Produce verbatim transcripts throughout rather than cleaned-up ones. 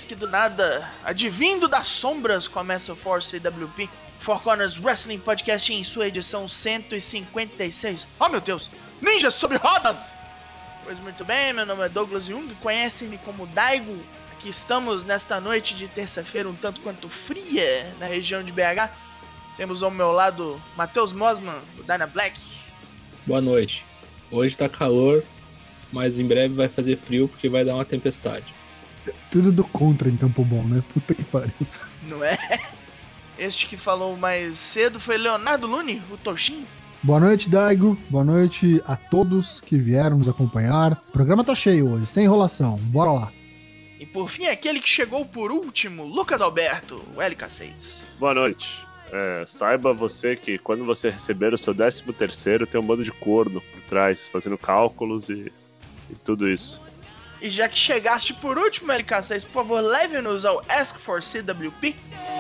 eis que do nada, advindo das sombras, começa o For C W P, Four Corners Wrestling Podcast em sua edição cento e cinquenta e seis. Oh meu Deus, ninjas sobre rodas! Pois muito bem, meu nome é Douglas Jung, conhecem-me como Daigo. Aqui estamos nesta noite de terça-feira um tanto quanto fria na região de B H. Temos ao meu lado Matheus Mosman, do Dyna Black. Boa noite. Hoje tá calor, mas em breve vai fazer frio porque vai dar uma tempestade. Tudo do contra em Campo Bom, né? Puta que pariu. Não é? Este que falou mais cedo foi Leonardo Lune, o Toshin. Boa noite, Daigo. Boa noite a todos que vieram nos acompanhar. O programa tá cheio hoje, sem enrolação. Bora lá. E por fim, aquele que chegou por último, Lucas Alberto, o L K seis. Boa noite. É, saiba você que quando você receber o seu décimo terceiro, tem um bando de corno por trás, fazendo cálculos e, e tudo isso. E já que chegaste por último, L K seis, por favor, leve-nos ao Ask for C W P.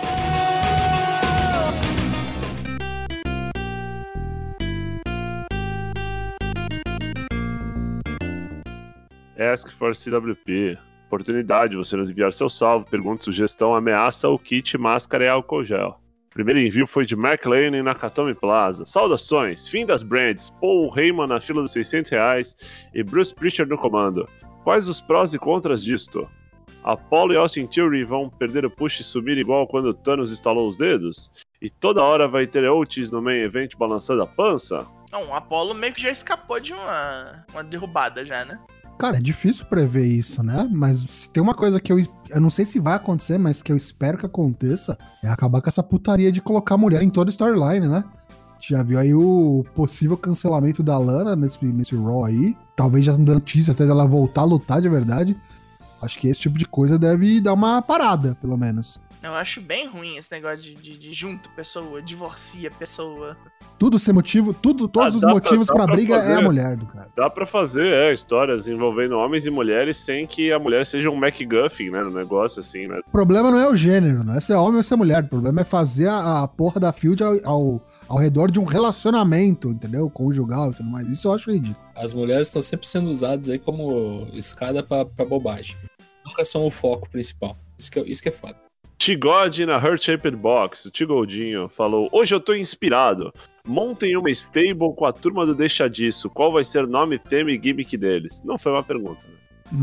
Ask for C W P. Oportunidade, você nos enviar seu salve, pergunta, sugestão, ameaça, o kit, máscara e álcool gel. Primeiro envio foi de Mark Lane em Nakatomi Plaza. Saudações, fim das brands, Paul Heyman na fila dos seiscentos reais e Bruce Prichard no comando. Quais os prós e contras disto? Apollo e Austin Theory vão perder o push e sumir igual quando Thanos estalou os dedos? E toda hora vai ter Otis no main event balançando a pança? Não, o Apollo meio que já escapou de uma, uma derrubada já, né? Cara, é difícil prever isso, né? Mas se tem uma coisa que eu... Eu não sei se vai acontecer, mas que eu espero que aconteça, é acabar com essa putaria de colocar a mulher em toda a storyline, né? Já viu aí o possível cancelamento da Lana nesse, nesse Raw aí. Talvez já dando notícia até dela voltar a lutar de verdade. Acho que esse tipo de coisa deve dar uma parada, pelo menos. Eu acho bem ruim esse negócio de, de, de junta pessoa, divorcia pessoa. Tudo ser motivo, tudo, todos Ah, os dá motivos pra- dá pra pra briga fazer. é a mulher do cara. Dá pra fazer, é, histórias envolvendo homens e mulheres sem que a mulher seja um MacGuffin, né, no negócio assim, né? O problema não é o gênero, não é ser homem ou ser mulher. O problema é fazer a, a porra da field ao, ao, ao redor de um relacionamento, entendeu? Conjugal e tudo mais. Isso eu acho ridículo. As mulheres estão sempre sendo usadas aí como escada pra, pra bobagem. Nunca são o foco principal. Isso que, é- isso que é foda. T-God na Heart Shaped Box, o T-Goldinho, falou: hoje eu tô inspirado. Montem uma stable com a turma do Deixa Disso. Qual vai ser o nome, tema e gimmick deles? Não foi uma pergunta, né?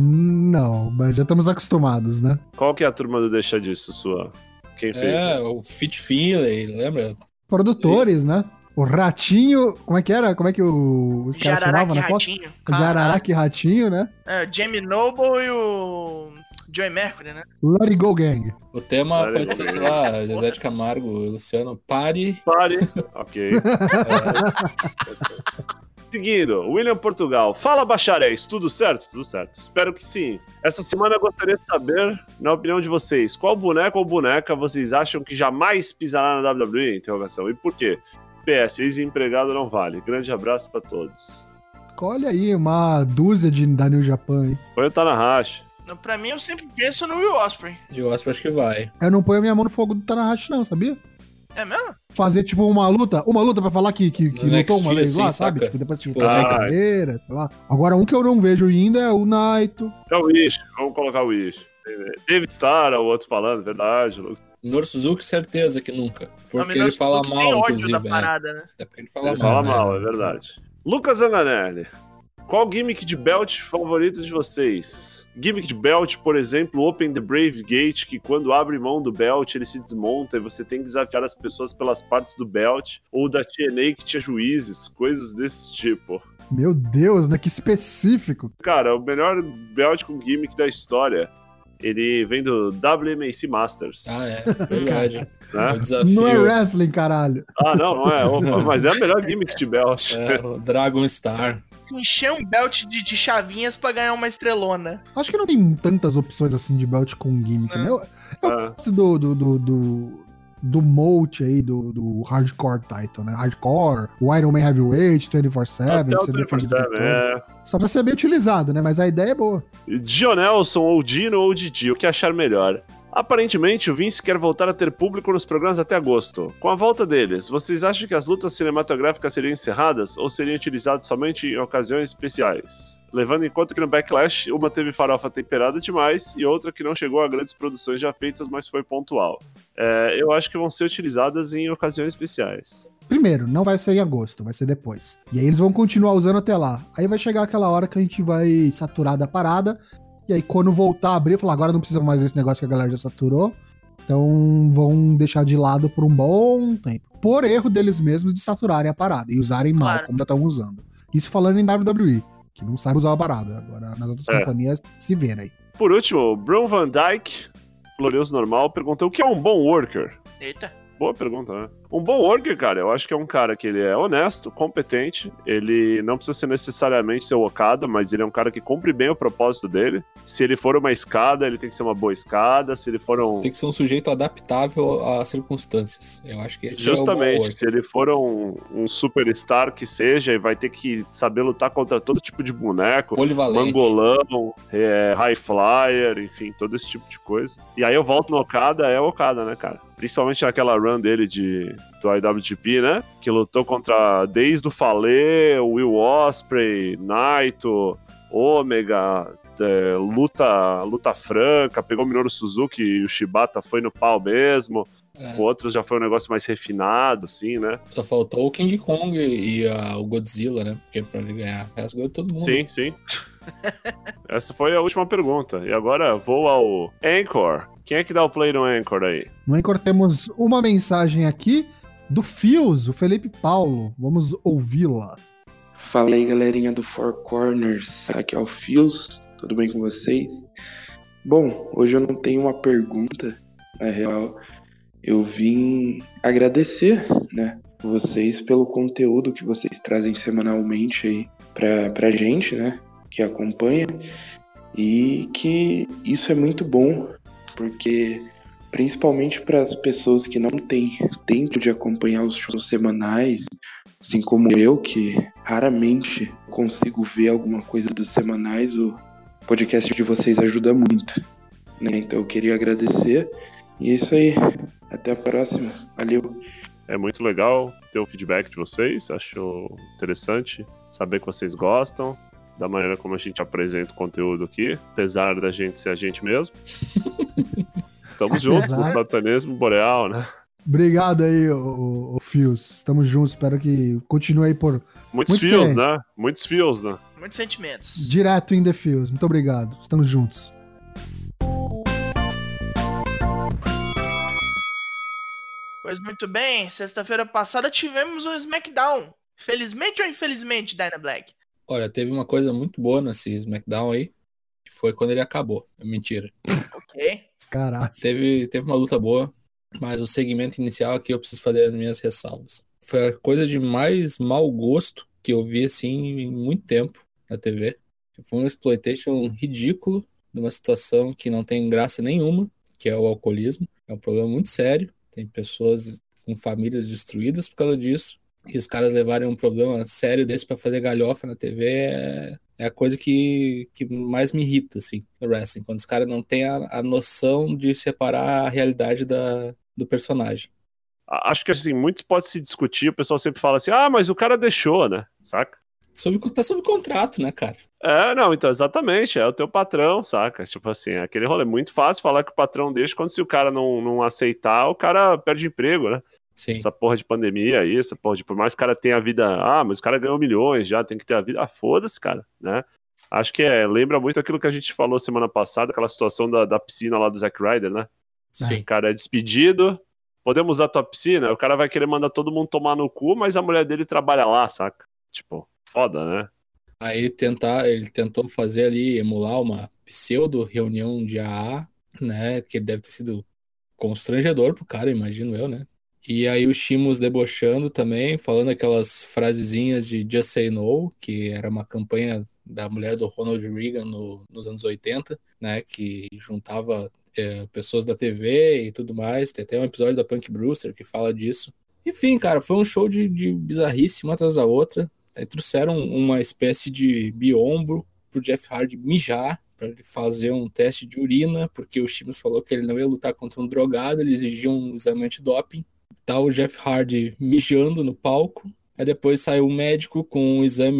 Não, mas já estamos acostumados, né? Qual que é a turma do Deixa Disso, sua? Quem fez? É, né? o Fit Finlay, lembra? Produtores, né? O Ratinho, como é que era? Como é que o, os caras Jararaca chamavam e na foto? Ratinho. O Jararaca e Ratinho, né? É, o Jamie Noble e o Joey Mercury, né? Let It Go Gang. O tema Olha pode aí. ser, sei lá, Zezé de Camargo e Luciano. Pare. Pare. Ok. Seguindo, William Portugal. Fala, bacharéis, tudo certo? Tudo certo. Espero que sim. Essa semana eu gostaria de saber, na opinião de vocês, qual boneco ou boneca vocês acham que jamais pisará na W W E? Interrogação. E por quê? P S, ex-empregado não vale. Grande abraço pra todos. Escolhe aí uma dúzia de, da New Japan, hein? Põe o Tanahashi. Não, pra mim, eu sempre penso no Will Ospreay. Eu acho que vai. Eu não ponho a minha mão no fogo do Tanahashi, não, sabia? É mesmo? Fazer, tipo, uma luta, uma luta pra falar que, que, que No lutou uma N X T, vez lá, assim, sabe? saca? Tipo, depois que Tipo, ficou ah, na carreira, sei lá. Agora, um que eu não vejo ainda é o Naito. É o Wish, vamos colocar o Wish. David Starr, o outro falando, verdade. Minoru Suzuki, certeza que nunca. Porque Minoru ele fala Suzuki mal, tem ódio inclusive. da É. parada, né? Até porque ele fala Ele mal. fala né? mal, é verdade. Lucas Anganelli. Qual gimmick de belt favorito de vocês? Gimmick de belt, por exemplo, Open the Brave Gate, que quando abre mão do belt, ele se desmonta e você tem que desafiar as pessoas pelas partes do belt, ou da T N A que tinha juízes, coisas desse tipo. Meu Deus, né? Que específico. Cara, o melhor belt com gimmick da história, ele vem do W M A C Masters. Ah, é. Verdade. Né? É o desafio. Não é wrestling, caralho. Ah, não, não é. Opa, mas é a melhor gimmick de belt. É, o Dragon Star. Encher um belt de, de chavinhas pra ganhar uma estrelona. Acho que não tem tantas opções assim de belt com gimmick, né? Eu, eu É. gosto do, do, do, do, do Molt aí, do, do Hardcore Title, né? Hardcore, o Iron Man Heavyweight, vinte e quatro sete, Até o você defende o tempo vinte e quatro sete, todo. é. Só precisa ser bem utilizado, né? Mas a ideia é boa. Dionelson ou Dino ou Didi, o que achar melhor? Aparentemente, o Vince quer voltar a ter público nos programas até agosto. Com a volta deles, vocês acham que as lutas cinematográficas seriam encerradas ou seriam utilizadas somente em ocasiões especiais? levando em conta que no Backlash uma teve farofa temperada demais e outra que não chegou a grandes produções já feitas, mas foi pontual. É, eu acho que vão ser utilizadas em ocasiões especiais. Primeiro, não vai ser em agosto, vai ser depois. E aí eles vão continuar usando até lá. Aí vai chegar aquela hora que a gente vai saturar da parada. E aí quando voltar a abrir, falar, agora não precisa mais desse negócio que a galera já saturou. Então vão deixar de lado por um bom tempo. Por erro deles mesmos de saturarem a parada e usarem mal, Claro. como já estão usando. Isso falando em W W E, que não sabe usar a parada. Agora nas outras É. companhias se verem aí. Por último, Bron Van Dyke, glorioso normal, perguntou o que é um bom worker? Eita. Boa pergunta, né? Um bom worker, cara, eu acho que é um cara que ele é honesto, competente, ele não precisa ser necessariamente ser o Okada, mas ele é um cara que cumpre bem o propósito dele. Se ele for uma escada, ele tem que ser uma boa escada, se ele for um... Tem que ser um sujeito adaptável às circunstâncias. Eu acho que esse é o bom Justamente, worker. se ele for um, um superstar que seja, e vai ter que saber lutar contra todo tipo de boneco, Polivalente. mangolão, é, high flyer, enfim, todo esse tipo de coisa. E aí eu volto no Okada, é o Okada, né, cara? Principalmente naquela run dele de, do I W G P, né? Que lutou contra, desde o Fale, o Will Ospreay, Naito, Ômega, é, luta, luta franca, pegou o Minoru Suzuki e o Shibata foi no pau mesmo. É. O outro já foi um negócio mais refinado, assim, né? Só faltou o King Kong e a- o Godzilla, né? Porque pra ele ganhar, o resto ganhou todo mundo. Sim, sim. Essa foi a última pergunta. E agora vou ao Anchor. Quem é que dá o play no Anchor aí? No Anchor temos uma mensagem aqui do Fios, o Felipe Paulo. Vamos ouvi-la. Fala aí, galerinha do Four Corners. Aqui é o Fios. Tudo bem com vocês? Bom, hoje eu não tenho uma pergunta. Na real, eu vim agradecer, né, vocês pelo conteúdo que vocês trazem semanalmente aí pra, pra gente, né, que acompanha. E que isso é muito bom, porque principalmente para as pessoas que não têm tempo de acompanhar os shows semanais, assim como eu, que raramente consigo ver alguma coisa dos semanais, o podcast de vocês ajuda muito, né? Então eu queria agradecer. E é isso aí. Até a próxima. Valeu. É muito legal ter o feedback de vocês. Acho interessante saber que vocês gostam da maneira como a gente apresenta o conteúdo aqui, apesar da gente ser a gente mesmo. Estamos juntos no Apesar. satanismo boreal, né? Obrigado aí, o, o Fios. Estamos juntos. Espero que continue aí por Muitos Muito fios, bem. né? Muitos fios, né? Muitos sentimentos. direto em The Fios. Muito obrigado. Estamos juntos. Pois muito bem, sexta-feira passada tivemos um SmackDown. Felizmente ou infelizmente, Dyna Black? Olha, teve uma coisa muito boa nesse SmackDown aí, que foi quando ele acabou. É mentira. Ok. Caralho. Teve, teve uma luta boa, mas o segmento inicial aqui eu preciso fazer as minhas ressalvas. Foi a coisa de mais mau gosto que eu vi, assim, em muito tempo na T V. Foi um exploitation ridículo de uma situação que não tem graça nenhuma, que é o alcoolismo. É um problema muito sério. Tem pessoas com famílias destruídas por causa disso. E os caras levarem um problema sério desse pra fazer galhofa na T V é, é a coisa que, que mais me irrita, assim, no wrestling. Quando os caras não têm a, a noção de separar a realidade da, do personagem. A- Acho que, assim, muito pode se discutir. O pessoal sempre fala assim, ah, mas o cara deixou, né? Saca? Sob, tá sob contrato, né, cara? É, não, então, exatamente, é o teu patrão, saca? Tipo assim, aquele rolê é muito fácil falar que o patrão deixa, quando se o cara não, não aceitar, o cara perde emprego, né? Sim. Essa porra de pandemia aí, essa porra de, por mais que o cara tenha a vida, ah, mas o cara ganhou milhões já, tem que ter a vida, ah, foda-se, cara, né? Acho que é, lembra muito aquilo que a gente falou semana passada, aquela situação da, da piscina lá do Zack Ryder, né? Sim. O cara é despedido, podemos usar a tua piscina? O cara vai querer mandar todo mundo tomar no cu, mas a mulher dele trabalha lá, saca? Tipo, foda, né? Aí tentar, ele tentou fazer ali, emular uma pseudo reunião de A A, né? Que deve ter sido constrangedor pro cara, imagino eu, né? E aí o Sheamus debochando também, falando aquelas frasezinhas de Just Say No, que era uma campanha da mulher do Ronald Reagan no, nos anos oitenta, né? Que juntava é, pessoas da T V e tudo mais. Tem até um episódio da Punk Brewster que fala disso. Enfim, cara, foi um show de, de bizarrice uma atrás da outra. Aí trouxeram uma espécie de biombro pro Jeff Hardy mijar, para ele fazer um teste de urina, porque o Sheamus falou que ele não ia lutar contra um drogado, ele exigia um exame antidoping. Tá o Jeff Hardy mijando no palco, aí depois saiu um médico com um exame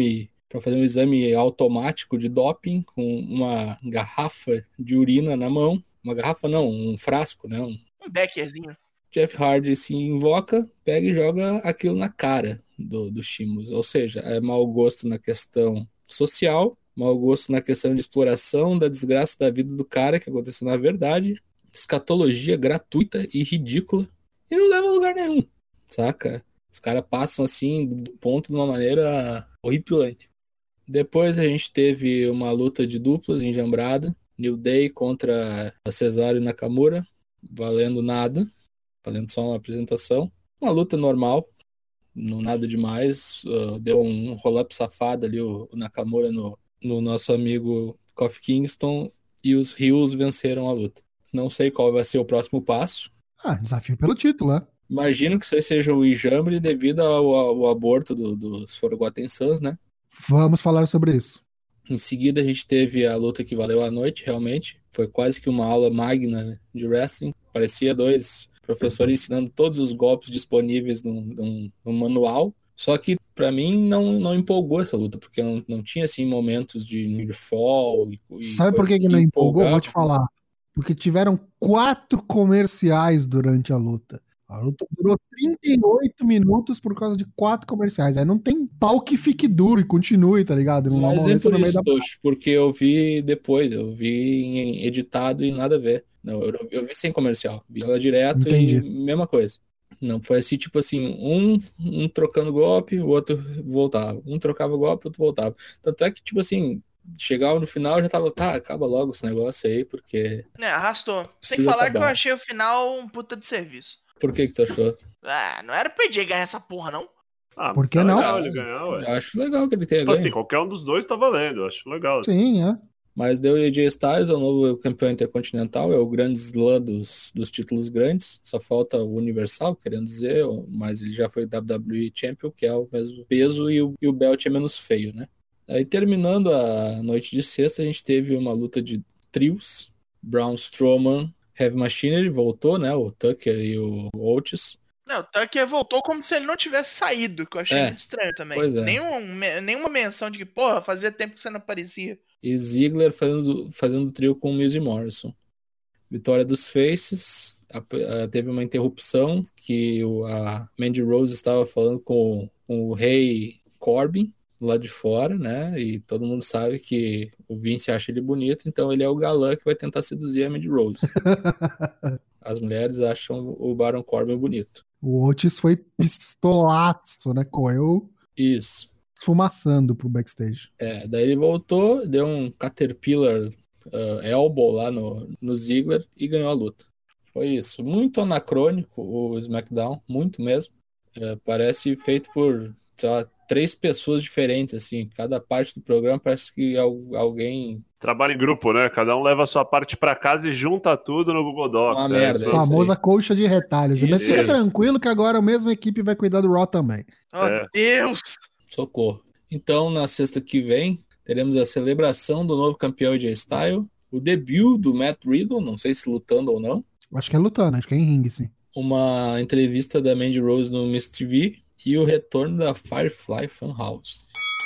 para fazer um exame automático de doping com uma garrafa de urina na mão. Uma garrafa não, um frasco, né? Um Um Beckerzinho. Jeff Hardy se invoca, pega e joga aquilo na cara do, do Sheamus. Ou seja, é mau gosto na questão social, mau gosto na questão de exploração da desgraça da vida do cara, que aconteceu na verdade, escatologia gratuita e ridícula, e não leva a lugar nenhum, saca? Os caras passam assim do ponto de uma maneira horripilante. Depois a gente teve uma luta de duplas enjambrada, New Day contra a Cesaro e Nakamura, valendo nada, valendo só uma apresentação. Uma luta normal, não nada demais, uh, deu um roll-up safado ali o, o Nakamura no, no nosso amigo Kofi Kingston e os Heels venceram a luta. Não sei qual vai ser o próximo passo. Ah, desafio pelo título, né? Imagino que isso aí seja o enjambre devido ao, ao aborto do, dos Forgotten Sons, né? Vamos falar sobre isso. Em seguida a gente teve a luta que valeu a noite, realmente. Foi quase que uma aula magna de wrestling. Parecia dois professores ensinando todos os golpes disponíveis num, num, num manual. Só que pra mim não, não empolgou essa luta, porque não, não tinha assim momentos de near fall. E, Sabe por que, que não empolgou? Vou te falar. Porque tiveram quatro comerciais durante a luta. A luta durou trinta e oito minutos por causa de quatro comerciais. Aí não tem pau que fique duro e continue, tá ligado? Não Mas é por isso, Tocho, porque eu vi depois, eu vi em editado e nada a ver. Não, eu, eu vi sem comercial, vi ela direto. Entendi. E mesma coisa. Não, foi assim, tipo assim, um, um trocando golpe, o outro voltava. Um trocava golpe, o outro voltava. Tanto é que, tipo assim, chegava no final já tava, tá, acaba logo esse negócio aí, porque... É, arrastou. Sem falar acabar. Que eu achei o final um puta de serviço. Por que que tu achou? Ah, não era pra ele ganhar essa porra, não? Ah, por que não? Legal ele ganhar, ué. Eu acho legal que ele tenha tipo ganho. Assim, qualquer um dos dois tá valendo, eu acho legal. Sim, é. Mas deu A J Styles, é o novo campeão intercontinental, é o grande slam dos, dos títulos grandes, só falta o Universal, querendo dizer, mas ele já foi W W E Champion, que é o mesmo peso, e o, e o belt é menos feio, né? Aí terminando a noite de sexta, a gente teve uma luta de trios, Braun Strowman, Heavy Machinery voltou, né? O Tucker e o Otis. Não, o Tucker voltou como se ele não tivesse saído, que eu achei é, muito estranho também. Pois é. Nenhum, nenhuma menção de que, porra, fazia tempo que você não aparecia. E Ziggler fazendo, fazendo trio com o Miz e Morrison. Vitória dos Faces. A, a, teve uma interrupção que o, a Mandy Rose estava falando com, com o rei Corbin lá de fora, né? E todo mundo sabe que o Vince acha ele bonito, então ele é o galã que vai tentar seduzir a Mandy Rose. As mulheres acham o Baron Corbin bonito. O Otis foi pistolaço, né? Correu Isso. esfumaçando pro backstage. É, daí ele voltou, deu um Caterpillar uh, elbow lá no, no Ziggler e ganhou a luta. Foi isso. Muito anacrônico o SmackDown, muito mesmo. É, parece feito por, sei lá, três pessoas diferentes, assim. Cada parte do programa parece que alguém... Trabalha em grupo, né? Cada um leva a sua parte pra casa e junta tudo no Google Docs. Uma é, merda. A famosa colcha de retalhos. Isso Mas fica aí. Tranquilo que agora a mesma equipe vai cuidar do Raw também. Oh, é. Deus! Socorro. Então, na sexta que vem, teremos a celebração do novo campeão de Style, o debut do Matt Riddle, não sei se lutando ou não. Acho que é lutando, acho que é em ringue, sim. Uma entrevista da Mandy Rose no Miss T V e o retorno da Firefly Funhouse.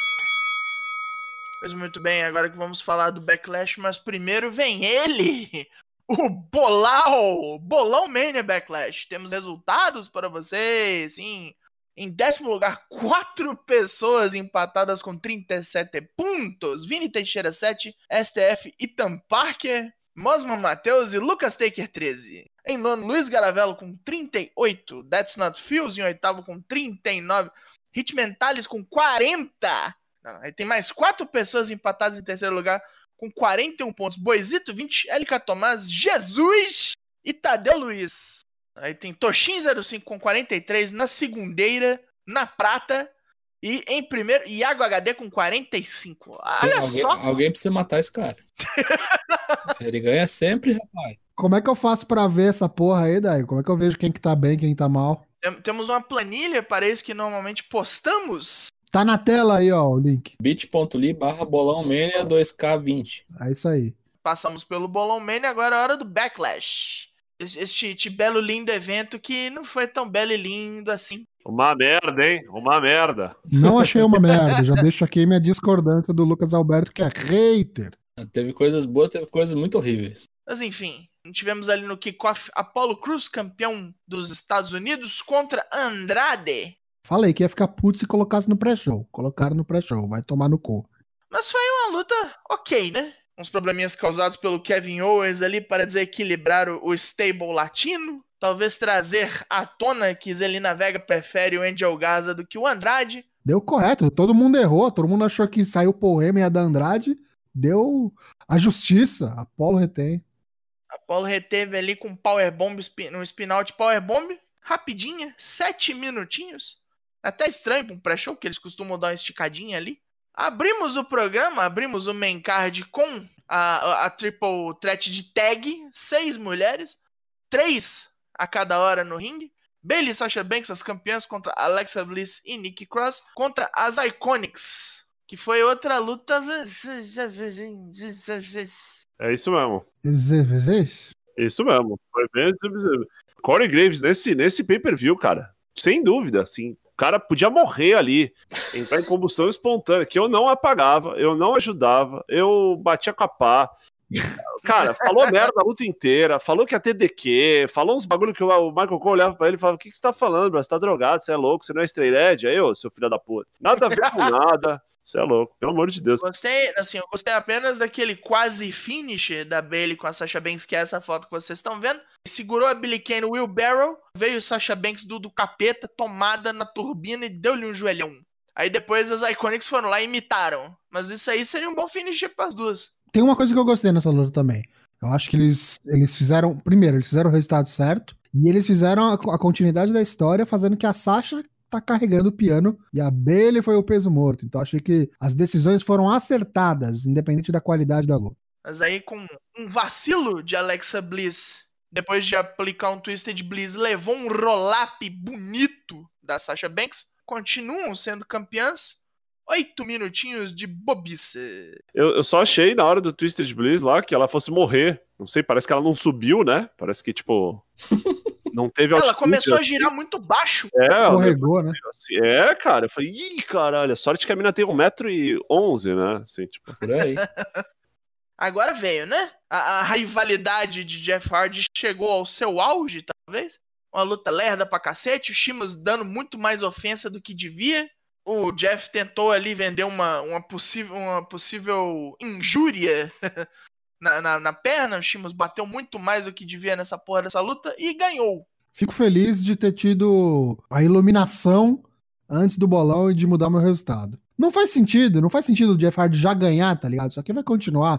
Pois muito bem, agora que vamos falar do Backlash, mas primeiro vem ele, o Bolau, Bolão Mania Backlash. Temos resultados para vocês, sim. Em décimo lugar, quatro pessoas empatadas com trinta e sete pontos. Vini Teixeira, sete. S T F, Ethan Parker. Mosman Matheus e Lucas Taker, treze. Em nono, Luiz Garavello com trinta e oito. That's Not Feels em oitavo com trinta e nove. Hitman Tales com quarenta. Não, aí tem mais quatro pessoas empatadas em terceiro lugar com quarenta e um pontos. Boizito, vinte. L K Tomás, Jesus e Tadeu Luiz. Aí tem Toshin zero cinco com quarenta e três na segundeira, na prata. E em primeiro, Iago H D com quarenta e cinco. Olha alguém, só. Alguém precisa matar esse cara. Ele ganha sempre, rapaz. Como é que eu faço pra ver essa porra aí, Dai? Como é que eu vejo quem que tá bem, quem tá mal? Tem, temos uma planilha para isso que normalmente postamos. Tá na tela aí, ó, o link. bit.ly barra bolão mania dois K vinte. É isso aí. Passamos pelo Bolão Mania, agora é a hora do Backlash. Este, este belo lindo evento que não foi tão belo e lindo assim. Uma merda, hein? Uma merda. Não achei uma merda. Já deixo aqui minha discordância do Lucas Alberto, que é hater. Teve coisas boas, teve coisas muito horríveis. Mas enfim, tivemos ali no kickoff Apollo Crews, campeão dos Estados Unidos, contra Andrade. Falei que ia ficar puto se colocasse no pré-show. Colocaram no pré-show, vai tomar no cu. Mas foi uma luta ok, né? Uns probleminhas causados pelo Kevin Owens ali para desequilibrar o, o stable latino. Talvez trazer à tona que Zelina Vega prefere o Angel Garza do que o Andrade. Deu correto, todo mundo errou, todo mundo achou que saiu o Paul Heyman e a da Andrade. Deu a justiça, Apollo retém. Apollo reteve ali com Powerbomb, no spin-out Powerbomb, rapidinha, sete minutinhos. Até estranho para um pré-show, que eles costumam dar uma esticadinha ali. Abrimos o programa, abrimos o main card com a, a, a triple threat de tag, seis mulheres, três a cada hora no ringue. Bayley e Sasha Banks, as campeãs, contra Alexa Bliss e Nikki Cross, contra as Iconics, que foi outra luta. É isso mesmo. Vocês? Isso mesmo. Foi bem... Corey Graves, nesse, nesse pay-per-view, cara, sem dúvida, assim, o cara podia morrer ali, entrar em combustão espontânea, que eu não apagava, eu não ajudava, eu batia com a pá. Cara, falou merda a luta inteira, falou que ia ter D Q, falou uns bagulho que o Michael Cole olhava pra ele e falava: o que, que você tá falando, bro? Você tá drogado, você é louco, você não é straight edge? Aí, ô, seu filho da puta. Nada a ver com nada. Você é louco, pelo amor de Deus. Gostei, assim, eu gostei apenas daquele quase finish da Bayley com a Sasha Banks, que é essa foto que vocês estão vendo. Segurou a Billie Kay no wheelbarrow, veio o Sasha Banks do, do capeta, tomada na turbina e deu-lhe um joelhão. Aí depois as Iconics foram lá e imitaram. Mas isso aí seria um bom finish para as duas. Tem uma coisa que eu gostei nessa luta também. Eu acho que eles, eles fizeram... Primeiro, eles fizeram o resultado certo. E eles fizeram a, a continuidade da história, fazendo que a Sasha tá carregando o piano e a Bayley foi o peso morto. Então achei que as decisões foram acertadas, independente da qualidade da luta. Mas aí com um vacilo de Alexa Bliss, depois de aplicar um Twisted Bliss, levou um roll-up bonito da Sasha Banks, continuam sendo campeãs. Oito minutinhos de bobice. Eu, eu só achei na hora do Twisted Bliss lá que ela fosse morrer. Não sei, parece que ela não subiu, né? Parece que, tipo... Não teve Ela altitude, começou a assim. girar muito baixo. É, Corregou, né? Assim, é, cara. Eu falei, ih, caralho, a sorte que a mina tem um metro e onze, né? Assim, tipo... Por aí. Agora veio, né? A, a rivalidade de Jeff Hardy chegou ao seu auge, talvez. Uma luta lerda pra cacete. O Sheamus dando muito mais ofensa do que devia. O Jeff tentou ali vender uma, uma, possível, uma possível injúria na, na, na perna. O Sheamus bateu muito mais do que devia nessa porra dessa luta e ganhou. Fico feliz de ter tido a iluminação antes do bolão e de mudar meu resultado. Não faz sentido, não faz sentido o Jeff Hardy já ganhar, tá ligado? Só que vai continuar.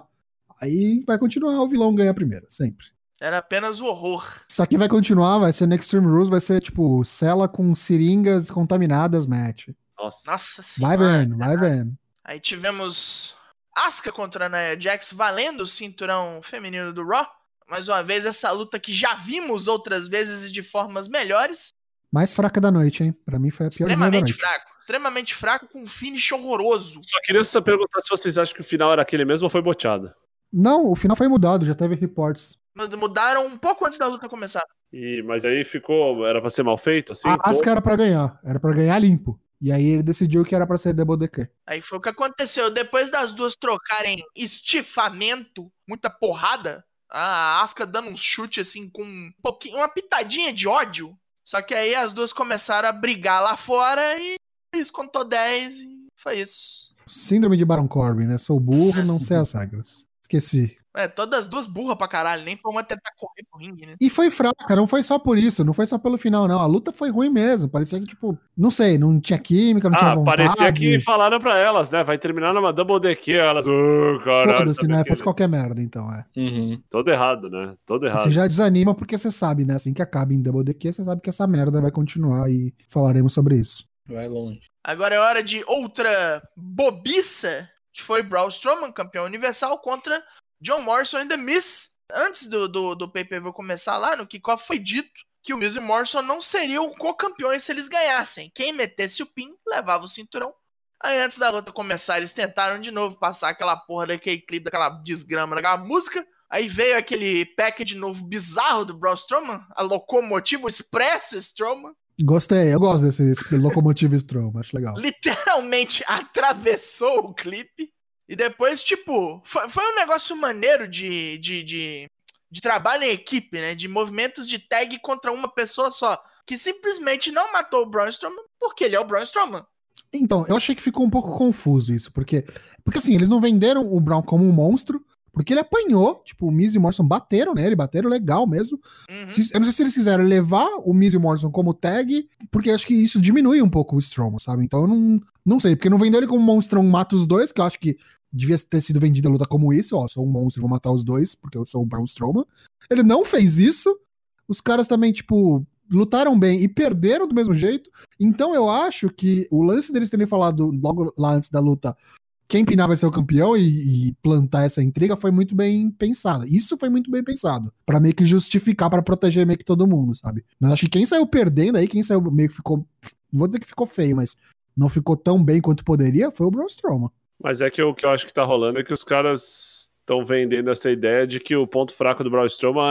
Aí vai continuar o vilão ganhar primeiro, sempre. Era apenas o horror. Isso aqui vai continuar, vai ser no Extreme Rules, vai ser tipo cela com seringas contaminadas match. Nossa. Nossa senhora. Vai vendo, vai vendo. Aí tivemos Asuka contra a Nia Jax valendo o cinturão feminino do Raw. Mais uma vez essa luta que já vimos outras vezes e de formas melhores. Mais fraca da noite, hein? Pra mim foi a piorzinha da Extremamente noite. fraco. Extremamente fraco com um finish horroroso. Só queria só perguntar se vocês acham que o final era aquele mesmo ou foi boteado. Não, o final foi mudado, já teve reports. Mudaram um pouco antes da luta começar. E, mas aí ficou... Era pra ser mal feito, assim? A pô? Asuka era pra ganhar, era pra ganhar limpo. E aí ele decidiu que era pra ser Double D Q. Aí foi o que aconteceu. Depois das duas trocarem estifamento, muita porrada, a Asuka dando um chute assim com um pouquinho, uma pitadinha de ódio. Só que aí as duas começaram a brigar lá fora e eles contou dez e foi isso. Síndrome de Baron Corbin, né? Sou burro, não sei as regras. Esqueci. É, todas as duas burras pra caralho, nem pra uma tentar correr pro ringue, né? E foi fraca, não foi só por isso, não foi só pelo final, não. A luta foi ruim mesmo. Parecia que, tipo, não sei, não tinha química, não tinha Ah, vontade. parecia que falaram pra elas, né? Vai terminar numa Double D Q. Elas, oh, caralho. Foda-se, sabe né? o quê? Faz qualquer merda, então, é. Uhum. Todo errado, né? Todo errado. Você já desanima porque você sabe, né? Assim que acaba em Double D Q, você sabe que essa merda vai continuar e falaremos sobre isso. Vai longe. Agora é hora de outra bobiça, que foi Braun Strowman, campeão universal, contra John Morrison e The Miz. Antes do, do, do pay-per-view começar lá, no kickoff foi dito que o Miz e o Morrison não seriam co-campeões se eles ganhassem. Quem metesse o pin, levava o cinturão. Aí antes da luta começar, eles tentaram de novo passar aquela porra daquele clipe, daquela desgrama, daquela música. Aí veio aquele package novo bizarro do Braun Strowman, a locomotiva, o Expresso Strowman. Gostei, eu gosto desse, desse Locomotive Strong, acho legal. Literalmente atravessou o clipe. E depois, tipo, foi, foi um negócio maneiro de, de, de, de trabalho em equipe, né? De movimentos de tag contra uma pessoa só. Que simplesmente não matou o Braun Strowman porque ele é o Braun Strowman. Então, eu achei que ficou um pouco confuso isso, porque, porque assim, eles não venderam o Braun como um monstro, porque ele apanhou, tipo, o Miz e o Morrison bateram nele, bateram legal mesmo. Uhum. Se- eu não sei se eles quiseram levar o Miz e o Morrison como tag, porque acho que isso diminui um pouco o Strowman, sabe? Então eu não, não sei, porque não vendeu ele como monstrão, mata os dois, que eu acho que devia ter sido vendida a luta como isso, ó, sou um monstro, vou matar os dois, porque eu sou o Braun Strowman. Ele não fez isso, os caras também, tipo, lutaram bem e perderam do mesmo jeito, então eu acho que o lance deles terem falado logo lá antes da luta quem pinar vai ser o campeão e, e plantar essa intriga foi muito bem pensado. Isso foi muito bem pensado. Pra meio que justificar, pra proteger meio que todo mundo, sabe? Mas acho que quem saiu perdendo aí, quem saiu meio que ficou... Não vou dizer que ficou feio, mas não ficou tão bem quanto poderia, foi o Braun Strowman. Mas é que o que eu acho que tá rolando é que os caras estão vendendo essa ideia de que o ponto fraco do Braun Strowman